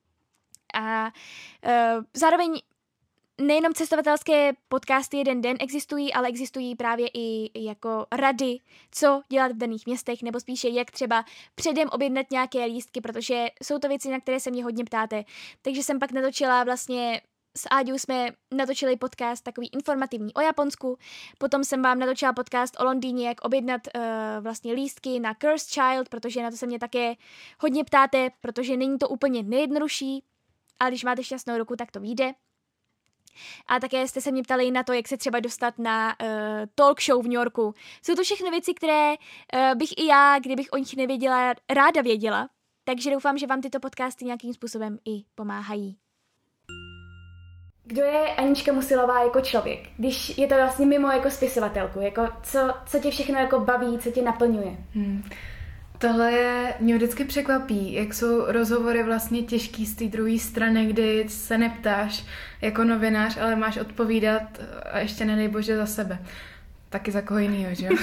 A uh, zároveň nejenom cestovatelské podcasty jeden den existují, ale existují právě i jako rady, co dělat v daných městech, nebo spíše jak třeba předem objednat nějaké lístky, protože jsou to věci, na které se mě hodně ptáte. Takže jsem pak natočila vlastně s Áďou jsme natočili podcast takový informativní o Japonsku, potom jsem vám natočila podcast o Londýně, jak objednat uh, vlastně lístky na Cursed Child, protože na to se mě také hodně ptáte, protože není to úplně nejjednodušší, ale když máte šťastnou ruku, tak to vyjde. A také jste se mě ptali na to, jak se třeba dostat na uh, talk show v New Yorku. Jsou to všechno věci, které uh, bych i já, kdybych o nich nevěděla, ráda věděla, takže doufám, že vám tyto podcasty nějakým způsobem i pomáhají. Kdo je Anička Musilová jako člověk, když je to vlastně mimo jako spisovatelku, jako co, co tě všechno jako baví, co tě naplňuje? Hmm. Tohle je, mě vždycky překvapí, jak jsou rozhovory vlastně těžký z té druhé strany, kdy se neptáš jako novinář, ale máš odpovídat a ještě nedej bože za sebe. Taky za koho jinýho, že jo?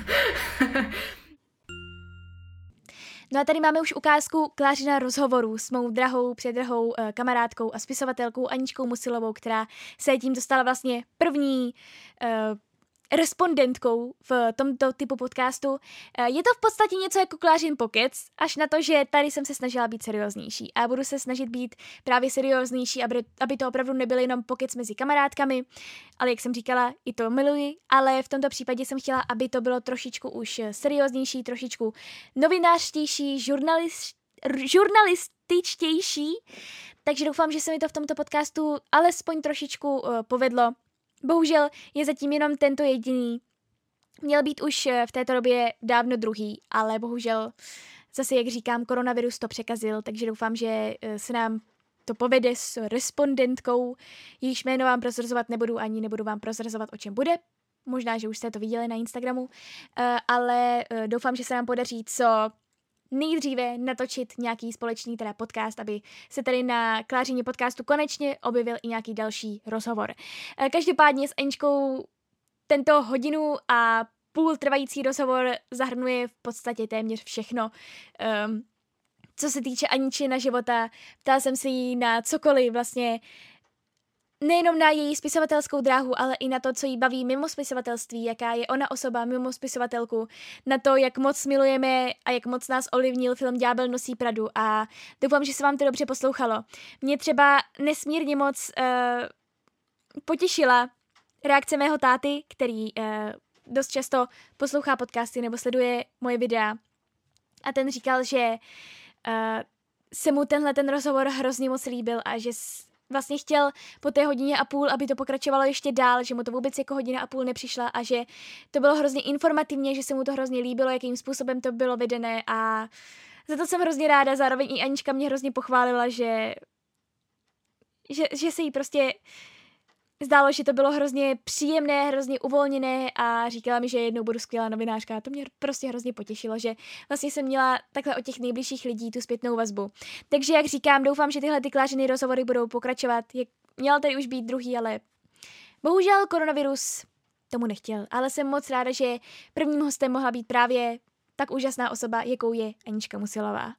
No a tady máme už ukázku Klářina rozhovoru s mou drahou, předrahou kamarádkou a spisovatelkou Aničkou Musilovou, která se tím dostala vlastně první uh, respondentkou v tomto typu podcastu. Je to v podstatě něco jako Klářin pokec, až na to, že tady jsem se snažila být serióznější a budu se snažit být právě serióznější, aby, aby to opravdu nebyly jenom pokec mezi kamarádkami, ale jak jsem říkala, i to miluji, ale v tomto případě jsem chtěla, aby to bylo trošičku už serióznější, trošičku novinářštější, žurnalist, žurnalističtější, takže doufám, že se mi to v tomto podcastu alespoň trošičku uh, povedlo. Bohužel je zatím jenom tento jediný. Měl být už v této době dávno druhý, ale bohužel zase, jak říkám, koronavirus to překazil, takže doufám, že se nám to povede s respondentkou. Jejíž jméno vám prozrazovat nebudu, ani nebudu vám prozrazovat, o čem bude. Možná, že už jste to viděli na Instagramu, ale doufám, že se nám podaří co nejdříve natočit nějaký společný teda podcast, aby se tady na Klářině podcastu konečně objevil i nějaký další rozhovor. Každopádně s Aničkou tento hodinu a půl trvající rozhovor zahrnuje v podstatě téměř všechno. Um, co se týče Aničina života, ptala jsem se jí na cokoliv vlastně, nejenom na její spisovatelskou dráhu, ale i na to, co jí baví mimo spisovatelství, jaká je ona osoba mimo spisovatelku, na to, jak moc milujeme a jak moc nás ovlivnil film Ďábel nosí Pradu a doufám, že se vám to dobře poslouchalo. Mě třeba nesmírně moc uh, potěšila reakce mého táty, který uh, dost často poslouchá podcasty nebo sleduje moje videa a ten říkal, že uh, se mu tenhle ten rozhovor hrozně moc líbil a že vlastně chtěl po té hodině a půl, aby to pokračovalo ještě dál, že mu to vůbec jako hodina a půl nepřišla a že to bylo hrozně informativně, že se mu to hrozně líbilo, jakým způsobem to bylo vedené a za to jsem hrozně ráda, zároveň i Anička mě hrozně pochválila, že, že, že se jí prostě zdálo, že to bylo hrozně příjemné, hrozně uvolněné a říkala mi, že jednou budu skvělá novinářka a to mě prostě hrozně potěšilo, že vlastně jsem měla takhle od těch nejbližších lidí tu zpětnou vazbu. Takže jak říkám, doufám, že tyhle ty Klářiny rozhovory budou pokračovat. Jak měl tady už být druhý, ale bohužel koronavirus tomu nechtěl. Ale jsem moc ráda, že prvním hostem mohla být právě tak úžasná osoba, jakou je Anička Musilová.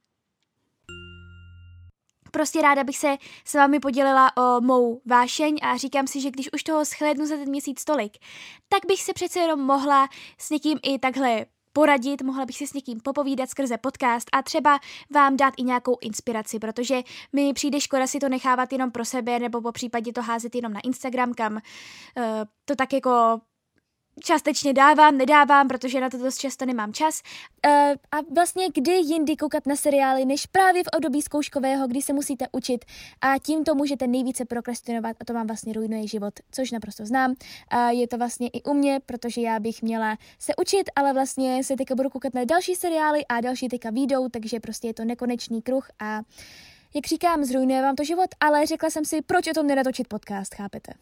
Prostě ráda bych se s vámi podělila o mou vášeň a říkám si, že když už toho shlédnu za ten měsíc tolik, tak bych se přece jenom mohla s někým i takhle poradit, mohla bych si s někým popovídat skrze podcast a třeba vám dát i nějakou inspiraci, protože mi přijde škoda si to nechávat jenom pro sebe nebo po případě to házet jenom na Instagram, kam uh, to tak jako částečně dávám, nedávám, protože na to dost často nemám čas. Uh, a vlastně kdy jindy koukat na seriály, než právě v období zkouškového, kdy se musíte učit a tímto můžete nejvíce prokrastinovat a to vám vlastně ruinuje život, což naprosto znám. Uh, je to vlastně i u mě, protože já bych měla se učit, ale vlastně se teďka budu koukat na další seriály a další teďka výjdou, takže prostě je to nekonečný kruh a jak říkám, zruinuje vám to život, ale řekla jsem si, proč o tom nenatočit podcast, chápete?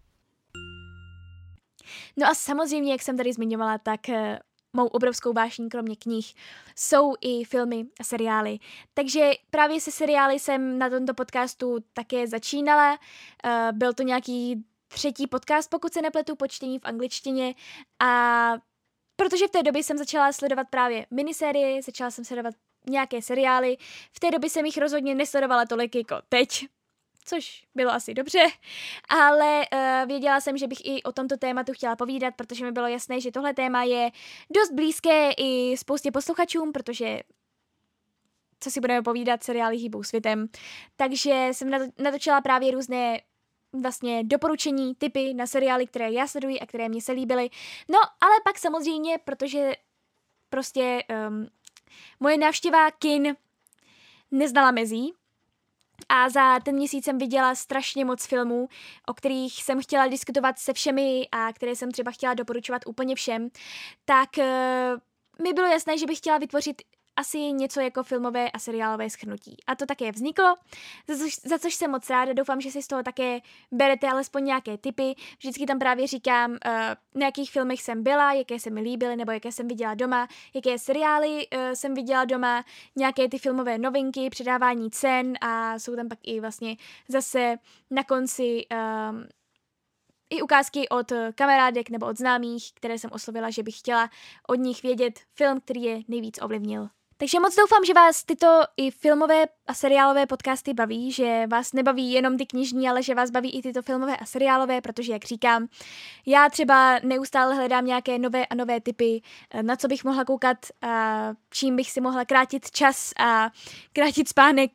No a samozřejmě, jak jsem tady zmiňovala, tak uh, mou obrovskou vášní, kromě knih, jsou i filmy a seriály. Takže právě se seriály jsem na tomto podcastu také začínala. Uh, byl to nějaký třetí podcast, pokud se nepletu, po čtení v angličtině. A protože v té době jsem začala sledovat právě minisérie, začala jsem sledovat nějaké seriály. V té době jsem jich rozhodně nesledovala tolik jako teď, což bylo asi dobře, ale uh, věděla jsem, že bych i o tomto tématu chtěla povídat, protože mi bylo jasné, že tohle téma je dost blízké i spoustě posluchačům, protože co si budeme povídat, seriály hýbou světem. Takže jsem natočila právě různé vlastně doporučení, tipy na seriály, které já sleduji a které mě se líbily. No, ale pak samozřejmě, protože prostě um, moje návštěva kin neznala mezí, a za ten měsíc jsem viděla strašně moc filmů, o kterých jsem chtěla diskutovat se všemi a které jsem třeba chtěla doporučovat úplně všem, tak uh, mi bylo jasné, že bych chtěla vytvořit asi něco jako filmové a seriálové shrnutí. A to také vzniklo, za což, za což jsem moc ráda. Doufám, že si z toho také berete alespoň nějaké tipy. Vždycky tam právě říkám, uh, na jakých filmech jsem byla, jaké se mi líbily, nebo jaké jsem viděla doma, jaké seriály uh, jsem viděla doma, nějaké ty filmové novinky, předávání cen a jsou tam pak i vlastně zase na konci um, i ukázky od kamarádek nebo od známých, které jsem oslovila, že bych chtěla od nich vědět film, který je nejvíc ovlivnil. Takže moc doufám, že vás tyto i filmové a seriálové podcasty baví, že vás nebaví jenom ty knižní, ale že vás baví i tyto filmové a seriálové, protože, jak říkám, já třeba neustále hledám nějaké nové a nové typy, na co bych mohla koukat, a čím bych si mohla krátit čas a krátit spánek.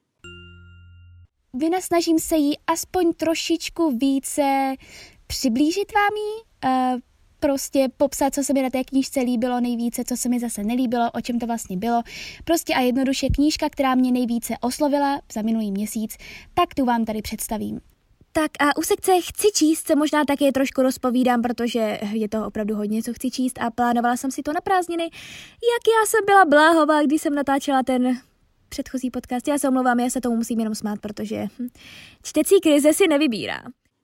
Vynasnažím se jí aspoň trošičku více přiblížit vám jí, uh, prostě popsat, co se mi na té knížce líbilo nejvíce, co se mi zase nelíbilo, o čem to vlastně bylo. Prostě a jednoduše knížka, která mě nejvíce oslovila za minulý měsíc, tak tu vám tady představím. Tak a u sekce chci číst se možná také trošku rozpovídám, protože je to opravdu hodně, co chci číst a plánovala jsem si to na prázdniny, jak já jsem byla bláhová, když jsem natáčela ten předchozí podcast. Já se omlouvám, já se tomu musím jenom smát, protože čtecí krize si nevybírá.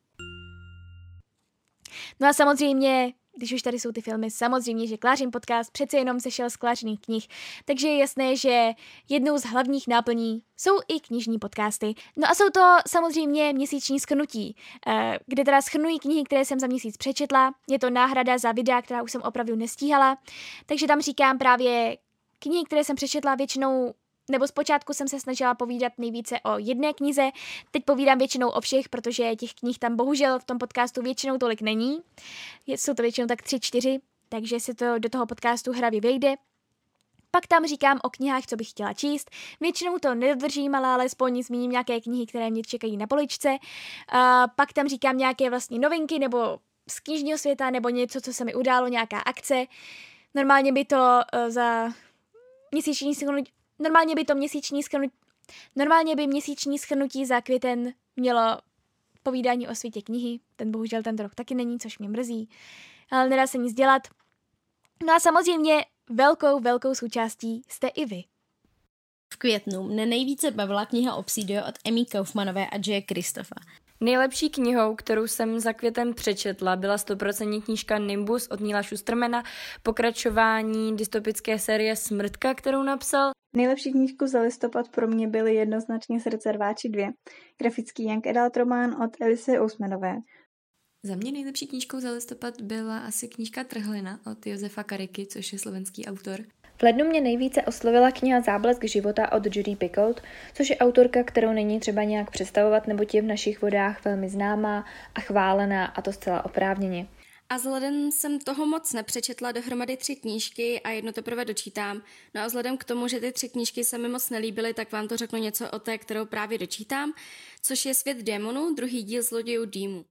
No a samozřejmě, když už tady jsou ty filmy, samozřejmě, že Klářin podcast přece jenom sešel z Klářiných knih, takže je jasné, že jednou z hlavních náplní jsou i knižní podcasty. No a jsou to samozřejmě měsíční shrnutí, kde teda shrnují knihy, které jsem za měsíc přečetla. Je to náhrada za videa, která už jsem opravdu nestíhala, takže tam říkám právě knihy, které jsem přečetla většinou, nebo zpočátku jsem se snažila povídat nejvíce o jedné knize, teď povídám většinou o všech, protože těch knih tam bohužel v tom podcastu většinou tolik není. Jsou to většinou tak tři, čtyři, takže se to do toho podcastu hravě vejde. Pak tam říkám o knihách, co bych chtěla číst. Většinou to nedodržím, ale alespoň zmíním nějaké knihy, které mě čekají na poličce. Uh, pak tam říkám nějaké vlastně novinky, nebo z knižního světa, nebo něco, co se mi událo, nějaká akce. Normálně by to uh, za měsíční shrnutí Normálně by to měsíční shrnutí, normálně by měsíční shrnutí za květen mělo povídání o světě knihy. Ten bohužel tento rok taky není, což mě mrzí, ale nedá se nic dělat. No a samozřejmě velkou, velkou součástí jste i vy. V květnu mne nejvíce bavila kniha Obsidio od Emmy Kaufmanové a Jaya Kristofa. Nejlepší knihou, kterou jsem za květem přečetla, byla sto procent knížka Nimbus od Neila Schustermana, pokračování dystopické série Smrtka, kterou napsal. Nejlepší knížku za listopad pro mě byly jednoznačně Srdce rváči dvě, grafický young adult román od Elise Ousmanové. Za mě nejlepší knížkou za listopad byla asi knížka Trhlina od Josefa Kariky, což je slovenský autor. V lednu mě nejvíce oslovila kniha Záblesk života od Judy Picoult, což je autorka, kterou není třeba nějak představovat, neboť je v našich vodách velmi známá a chválená, a to zcela oprávněně. A vzhledem jsem toho moc nepřečetla, dohromady tři knížky a jedno teprve dočítám. No a vzhledem k tomu, že ty tři knížky se mi moc nelíbily, tak vám to řeknu něco o té, kterou právě dočítám, což je Svět démonů, druhý díl Zlodějů dýmu.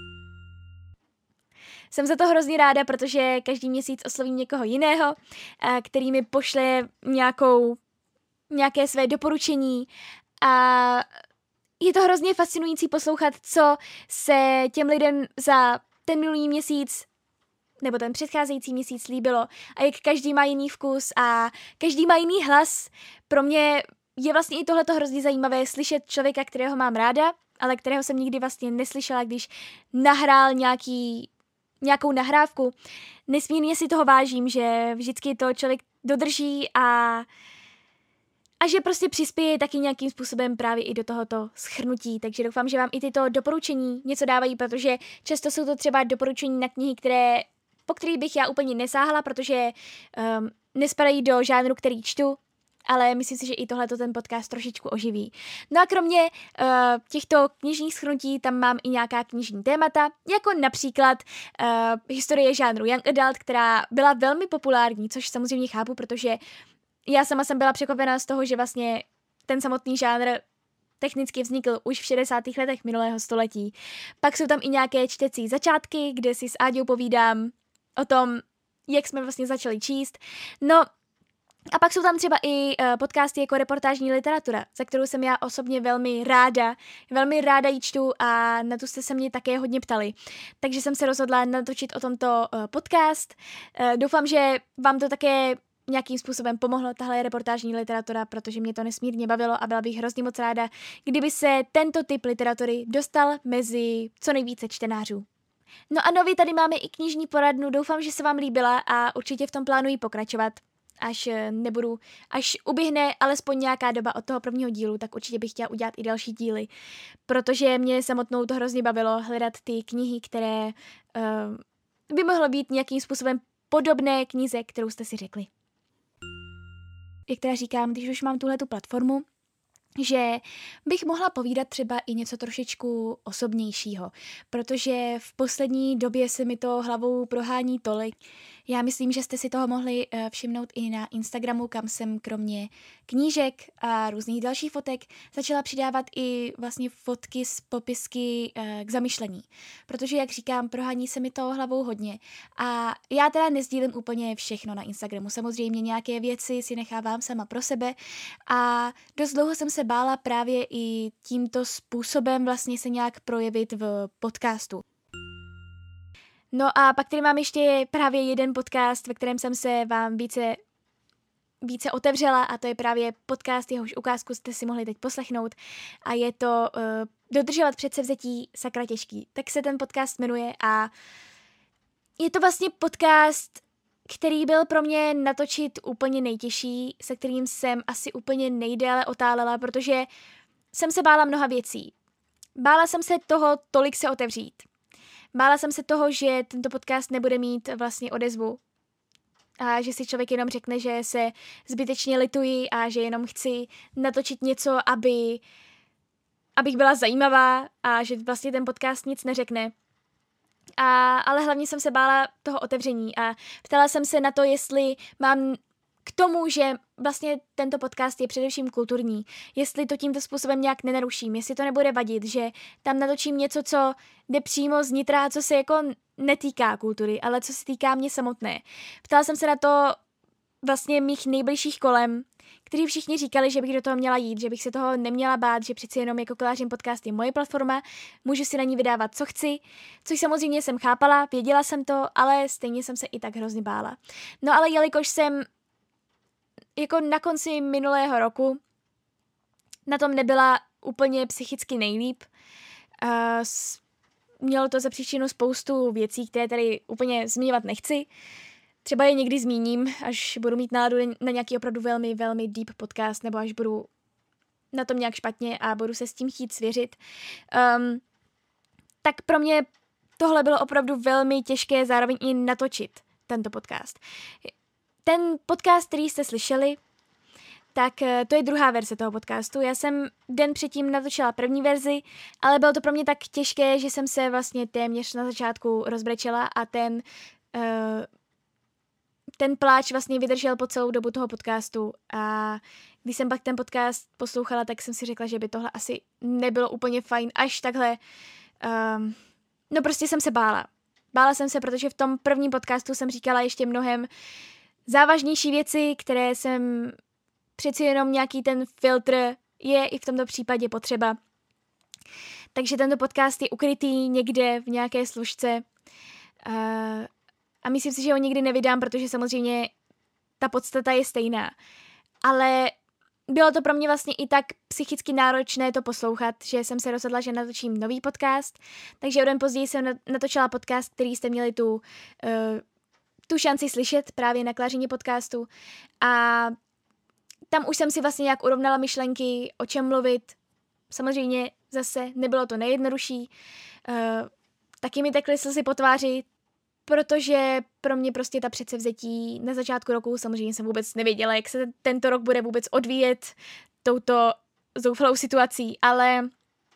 Jsem za to hrozně ráda, protože každý měsíc oslovím někoho jiného, který mi pošle nějakou, nějaké své doporučení a je to hrozně fascinující poslouchat, co se těm lidem za ten minulý měsíc nebo ten předcházející měsíc líbilo a jak každý má jiný vkus a každý má jiný hlas. Pro mě je vlastně i tohleto hrozně zajímavé slyšet člověka, kterého mám ráda, ale kterého jsem nikdy vlastně neslyšela, když nahrál nějaký, nějakou nahrávku. Nesmírně si toho vážím, že vždycky to člověk dodrží a a že prostě přispěje taky nějakým způsobem právě i do tohoto shrnutí. Takže doufám, že vám i tyto doporučení něco dávají, protože často jsou to třeba doporučení na knihy, které, po kterých bych já úplně nesáhla, protože um, nespadají do žánru, který čtu, ale myslím si, že i tohleto ten podcast trošičku oživí. No a kromě uh, těchto knižních shrnutí tam mám i nějaká knižní témata, jako například uh, historie žánru Young Adult, která byla velmi populární, což samozřejmě chápu, protože já sama jsem byla překvapená z toho, že vlastně ten samotný žánr technicky vznikl už v šedesátých letech minulého století. Pak jsou tam i nějaké čtecí začátky, kde si s Áďou povídám o tom, jak jsme vlastně začali číst. No a pak jsou tam třeba i uh, podcasty jako reportážní literatura, za kterou jsem já osobně velmi ráda, velmi ráda ji čtu a na tu jste se mě také hodně ptali. Takže jsem se rozhodla natočit o tomto uh, podcast. Uh, doufám, že vám to také nějakým způsobem pomohlo tahle reportážní literatura, protože mě to nesmírně bavilo a byla bych hrozně moc ráda, kdyby se tento typ literatury dostal mezi co nejvíce čtenářů. No a nově tady máme i knižní poradnu, doufám, že se vám líbila a určitě v tom plánuji pokračovat. Až nebudu, až uběhne alespoň nějaká doba od toho prvního dílu, tak určitě bych chtěla udělat i další díly, protože mě samotnou to hrozně bavilo hledat ty knihy, které uh, by mohlo být nějakým způsobem podobné knize, kterou jste si řekli. Jak teda říkám, když už mám tuhletu platformu, že bych mohla povídat třeba i něco trošičku osobnějšího, protože v poslední době se mi to hlavou prohání tolik. Já myslím, že jste si toho mohli všimnout i na Instagramu, kam jsem kromě knížek a různých dalších fotek začala přidávat i vlastně fotky z popisky k zamyšlení. Protože, jak říkám, prohání se mi to hlavou hodně. A já teda nezdílím úplně všechno na Instagramu. Samozřejmě nějaké věci si nechávám sama pro sebe a dost dlouho jsem se bála právě i tímto způsobem vlastně se nějak projevit v podcastu. No a pak tady mám ještě právě jeden podcast, ve kterém jsem se vám více, více otevřela a to je právě podcast, jehož ukázku jste si mohli teď poslechnout a je to uh, Dodržovat předsevzetí sakra těžký. Tak se ten podcast jmenuje a je to vlastně podcast, který byl pro mě natočit úplně nejtěžší, se kterým jsem asi úplně nejdéle otálela, protože jsem se bála mnoha věcí. Bála jsem se toho tolik se otevřít. Bála jsem se toho, že tento podcast nebude mít vlastně odezvu a že si člověk jenom řekne, že se zbytečně lituji a že jenom chci natočit něco, aby, abych byla zajímavá a že vlastně ten podcast nic neřekne. A, ale hlavně jsem se bála toho otevření a ptala jsem se na to, jestli mám k tomu, že vlastně tento podcast je především kulturní, jestli to tímto způsobem nějak nenaruším, jestli to nebude vadit, že tam natočím něco, co jde přímo z nitra, co se jako netýká kultury, ale co se týká mě samotné. Ptala jsem se na to vlastně mých nejbližších kolem, kteří všichni říkali, že bych do toho měla jít, že bych se toho neměla bát, že přeci jenom jako Klářin podcast je moje platforma, můžu si na ní vydávat, co chci, což samozřejmě jsem chápala, věděla jsem to, ale stejně jsem se i tak hrozně bála. No ale jelikož jsem jako na konci minulého roku na tom nebyla úplně psychicky nejlíp, uh, mělo to za příčinu spoustu věcí, které tady úplně zmiňovat nechci. Třeba je někdy zmíním, až budu mít náladu na nějaký opravdu velmi, velmi deep podcast, nebo až budu na tom nějak špatně a budu se s tím chtít svěřit. Um, tak pro mě tohle bylo opravdu velmi těžké zároveň i natočit, tento podcast. Ten podcast, který jste slyšeli, tak to je druhá verze toho podcastu. Já jsem den předtím natočila první verzi, ale bylo to pro mě tak těžké, že jsem se vlastně téměř na začátku rozbrečela a ten, uh, ten pláč vlastně vydržel po celou dobu toho podcastu. A když jsem pak ten podcast poslouchala, tak jsem si řekla, že by tohle asi nebylo úplně fajn, až takhle. Um, no prostě jsem se bála. Bála jsem se, protože v tom prvním podcastu jsem říkala ještě mnohem závažnější věci, které jsem přeci jenom nějaký ten filtr je i v tomto případě potřeba. Takže tento podcast je ukrytý někde v nějaké složce uh, a myslím si, že ho nikdy nevydám, protože samozřejmě ta podstata je stejná. Ale bylo to pro mě vlastně i tak psychicky náročné to poslouchat, že jsem se rozhodla, že natočím nový podcast, takže o den později jsem natočila podcast, který jste měli tu, uh, tu šanci slyšet právě na Klářině podcastu a tam už jsem si vlastně nějak urovnala myšlenky, o čem mluvit. Samozřejmě zase nebylo to nejjednodušší. Uh, taky mi tekly slzy po tváři, protože pro mě prostě ta předsevzetí na začátku roku, samozřejmě jsem vůbec nevěděla, jak se tento rok bude vůbec odvíjet touto zoufalou situací, ale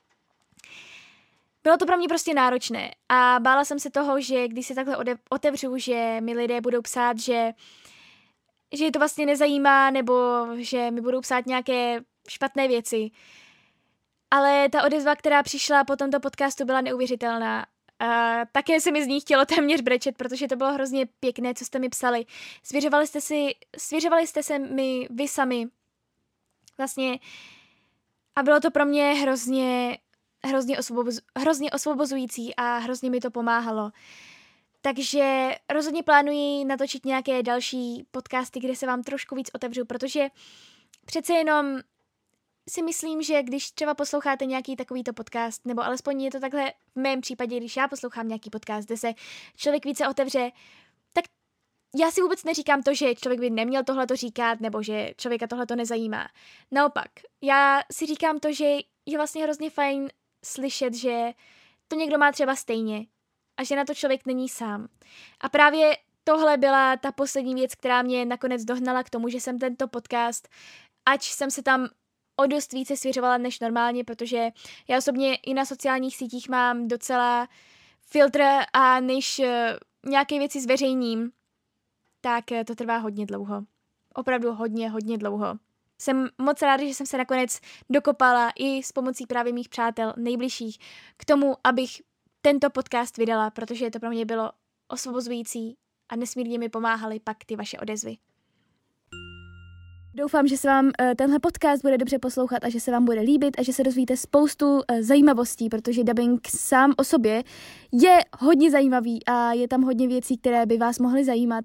bylo to pro mě prostě náročné a bála jsem se toho, že když se takhle otevřu, že mi lidé budou psát, že že je to vlastně nezajímá, nebo že mi budou psát nějaké špatné věci. Ale ta odezva, která přišla po tomto podcastu, byla neuvěřitelná. A také se mi z ní chtělo téměř brečet, protože to bylo hrozně pěkné, co jste mi psali. Svěřovali jste, si, svěřovali jste se mi vy sami. Vlastně. A bylo to pro mě hrozně, hrozně, osvoboz, hrozně osvobozující a hrozně mi to pomáhalo. Takže rozhodně plánuji natočit nějaké další podcasty, kde se vám trošku víc otevřu, protože přece jenom si myslím, že když třeba posloucháte nějaký takovýto podcast, nebo alespoň je to takhle v mém případě, když já poslouchám nějaký podcast, kde se člověk více otevře, tak já si vůbec neříkám to, že člověk by neměl tohleto říkat, nebo že člověka tohleto nezajímá. Naopak, já si říkám to, že je vlastně hrozně fajn slyšet, že to někdo má třeba stejně, a že na to člověk není sám. A právě tohle byla ta poslední věc, která mě nakonec dohnala k tomu, že jsem tento podcast, ač jsem se tam o dost více svěřovala než normálně, protože já osobně i na sociálních sítích mám docela filtr a než nějaké věci zveřejním, tak to trvá hodně dlouho. Opravdu hodně, hodně dlouho. Jsem moc ráda, že jsem se nakonec dokopala i s pomocí právě mých přátel nejbližších k tomu, abych tento podcast vydala, protože to pro mě bylo osvobozující a nesmírně mi pomáhaly pak ty vaše odezvy. Doufám, že se vám uh, tenhle podcast bude dobře poslouchat a že se vám bude líbit a že se dozvíte spoustu uh, zajímavostí, protože dubbing sám o sobě je hodně zajímavý a je tam hodně věcí, které by vás mohly zajímat.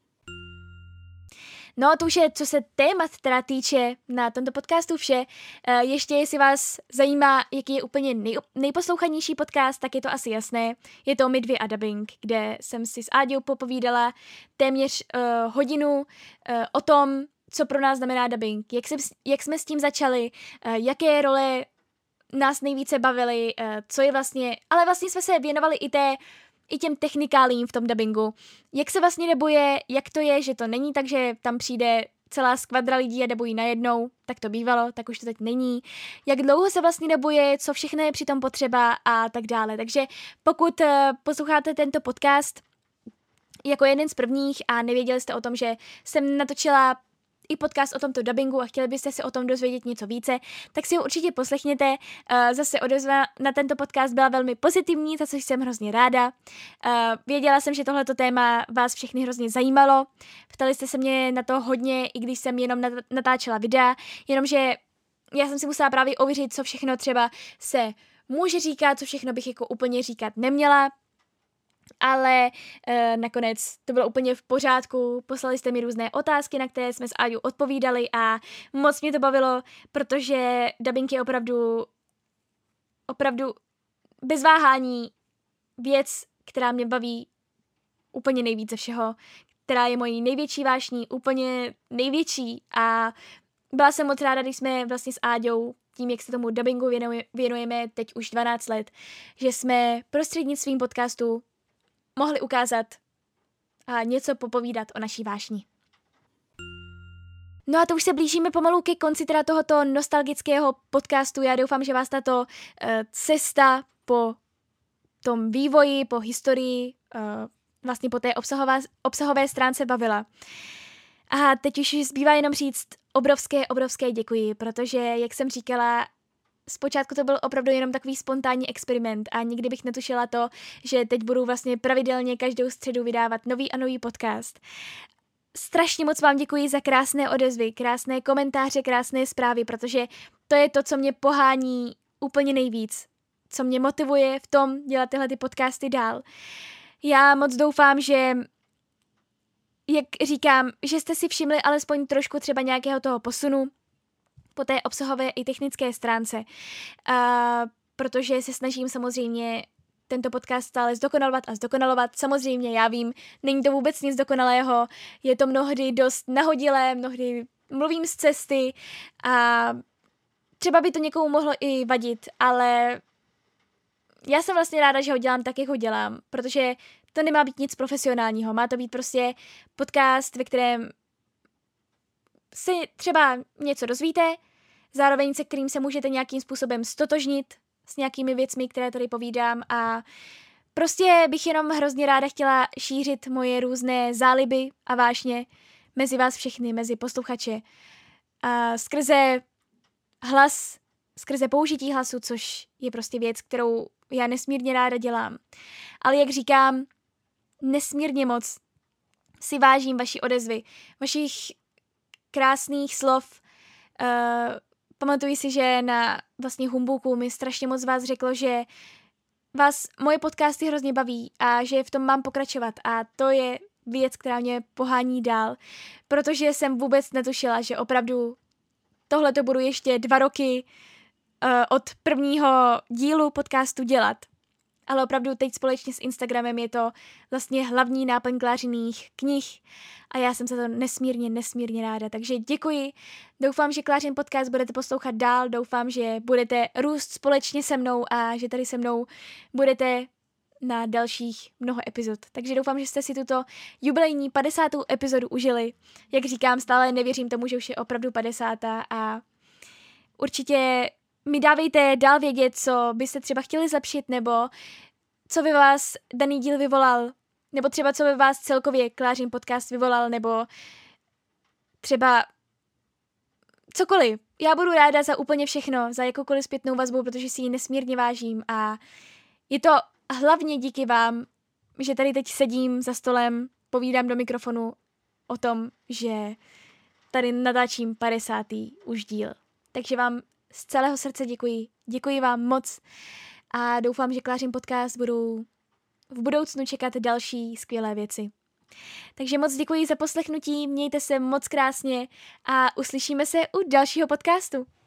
No a to už je, co se témat teda týče na tomto podcastu vše. Ještě jestli vás zajímá, jaký je úplně nej, nejposlouchanější podcast, tak je to asi jasné. Je to My dvě a dubbing, kde jsem si s Áďou popovídala téměř uh, hodinu uh, o tom, co pro nás znamená dubbing, jak, se, jak jsme s tím začali, uh, jaké role nás nejvíce bavily, uh, co je vlastně, ale vlastně jsme se věnovali i té i těm technikálím v tom dabingu. Jak se vlastně dabuje, jak to je, že to není tak, že tam přijde celá skvadra lidí a dabují najednou, tak to bývalo, tak už to teď není. Jak dlouho se vlastně dabuje, co všechno je přitom potřeba a tak dále. Takže pokud uh, posloucháte tento podcast jako jeden z prvních a nevěděli jste o tom, že jsem natočila i podcast o tomto dabingu a chtěli byste se o tom dozvědět něco více, tak si ho určitě poslechněte. Zase odezva na tento podcast byla velmi pozitivní, za což jsem hrozně ráda. Věděla jsem, že tohleto téma vás všechny hrozně zajímalo. Ptali jste se mě na to hodně, i když jsem jenom natáčela videa, jenomže já jsem si musela právě ověřit, co všechno třeba se může říkat, co všechno bych jako úplně říkat neměla. Ale e, nakonec to bylo úplně v pořádku, poslali jste mi různé otázky, na které jsme s Áďou odpovídali a moc mě to bavilo, protože dubbing je opravdu, opravdu bez váhání věc, která mě baví úplně nejvíce všeho, která je mojí největší vášní, úplně největší a byla jsem moc ráda, když jsme vlastně s Áďou tím, jak se tomu dubbingu věnujeme teď už dvanáct let, že jsme prostřednictvím podcastu mohli ukázat a něco popovídat o naší vášni. No a to už se blížíme pomalu ke konci teda tohoto nostalgického podcastu. Já doufám, že vás tato uh, cesta po tom vývoji, po historii, uh, vlastně po té obsahové, obsahové stránce bavila. A teď už zbývá jenom říct obrovské, obrovské děkuji, protože, jak jsem říkala, zpočátku to byl opravdu jenom takový spontánní experiment a nikdy bych netušila to, že teď budu vlastně pravidelně každou středu vydávat nový a nový podcast. Strašně moc vám děkuji za krásné odezvy, krásné komentáře, krásné zprávy, protože to je to, co mě pohání úplně nejvíc, co mě motivuje v tom dělat tyhle ty podcasty dál. Já moc doufám, že, jak říkám, že jste si všimli alespoň trošku třeba nějakého toho posunu po té obsahové i technické stránce, a protože se snažím samozřejmě tento podcast stále zdokonalovat a zdokonalovat. Samozřejmě, já vím, není to vůbec nic dokonalého, je to mnohdy dost nahodilé, mnohdy mluvím z cesty a třeba by to někomu mohlo i vadit, ale já jsem vlastně ráda, že ho dělám tak, jak ho dělám, protože to nemá být nic profesionálního, má to být prostě podcast, ve kterém si třeba něco dozvíte, zároveň se kterým se můžete nějakým způsobem stotožnit s nějakými věcmi, které tady povídám a prostě bych jenom hrozně ráda chtěla šířit moje různé záliby a vášně mezi vás všechny, mezi posluchače a skrze hlas, skrze použití hlasu, což je prostě věc, kterou já nesmírně ráda dělám. Ale jak říkám, nesmírně moc si vážím vaši odezvy, vašich krásných slov. Uh, pamatuji si, že na vlastně Humbuku mi strašně moc vás řeklo, že vás moje podcasty hrozně baví a že v tom mám pokračovat a to je věc, která mě pohání dál, protože jsem vůbec netušila, že opravdu tohle to budu ještě dva roky uh, od prvního dílu podcastu dělat. Ale opravdu teď společně s Instagramem je to vlastně hlavní náplň Klářiných knih a já jsem za to nesmírně, nesmírně ráda. Takže děkuji, doufám, že Klářin podcast budete poslouchat dál, doufám, že budete růst společně se mnou a že tady se mnou budete na dalších mnoho epizod. Takže doufám, že jste si tuto jubilejní padesátou epizodu užili. Jak říkám, stále nevěřím tomu, že už je opravdu padesátá a určitě mi dávejte dál vědět, co byste třeba chtěli zlepšit, nebo co by vás daný díl vyvolal, nebo třeba co by vás celkově Klářin podcast vyvolal, nebo třeba cokoliv. Já budu ráda za úplně všechno, za jakoukoliv zpětnou vazbu, protože si ji nesmírně vážím a je to hlavně díky vám, že tady teď sedím za stolem, povídám do mikrofonu o tom, že tady natáčím padesátý už díl. Takže vám z celého srdce děkuji. Děkuji vám moc a doufám, že Klářin podcast budou v budoucnu čekat další skvělé věci. Takže moc děkuji za poslechnutí, mějte se moc krásně a uslyšíme se u dalšího podcastu.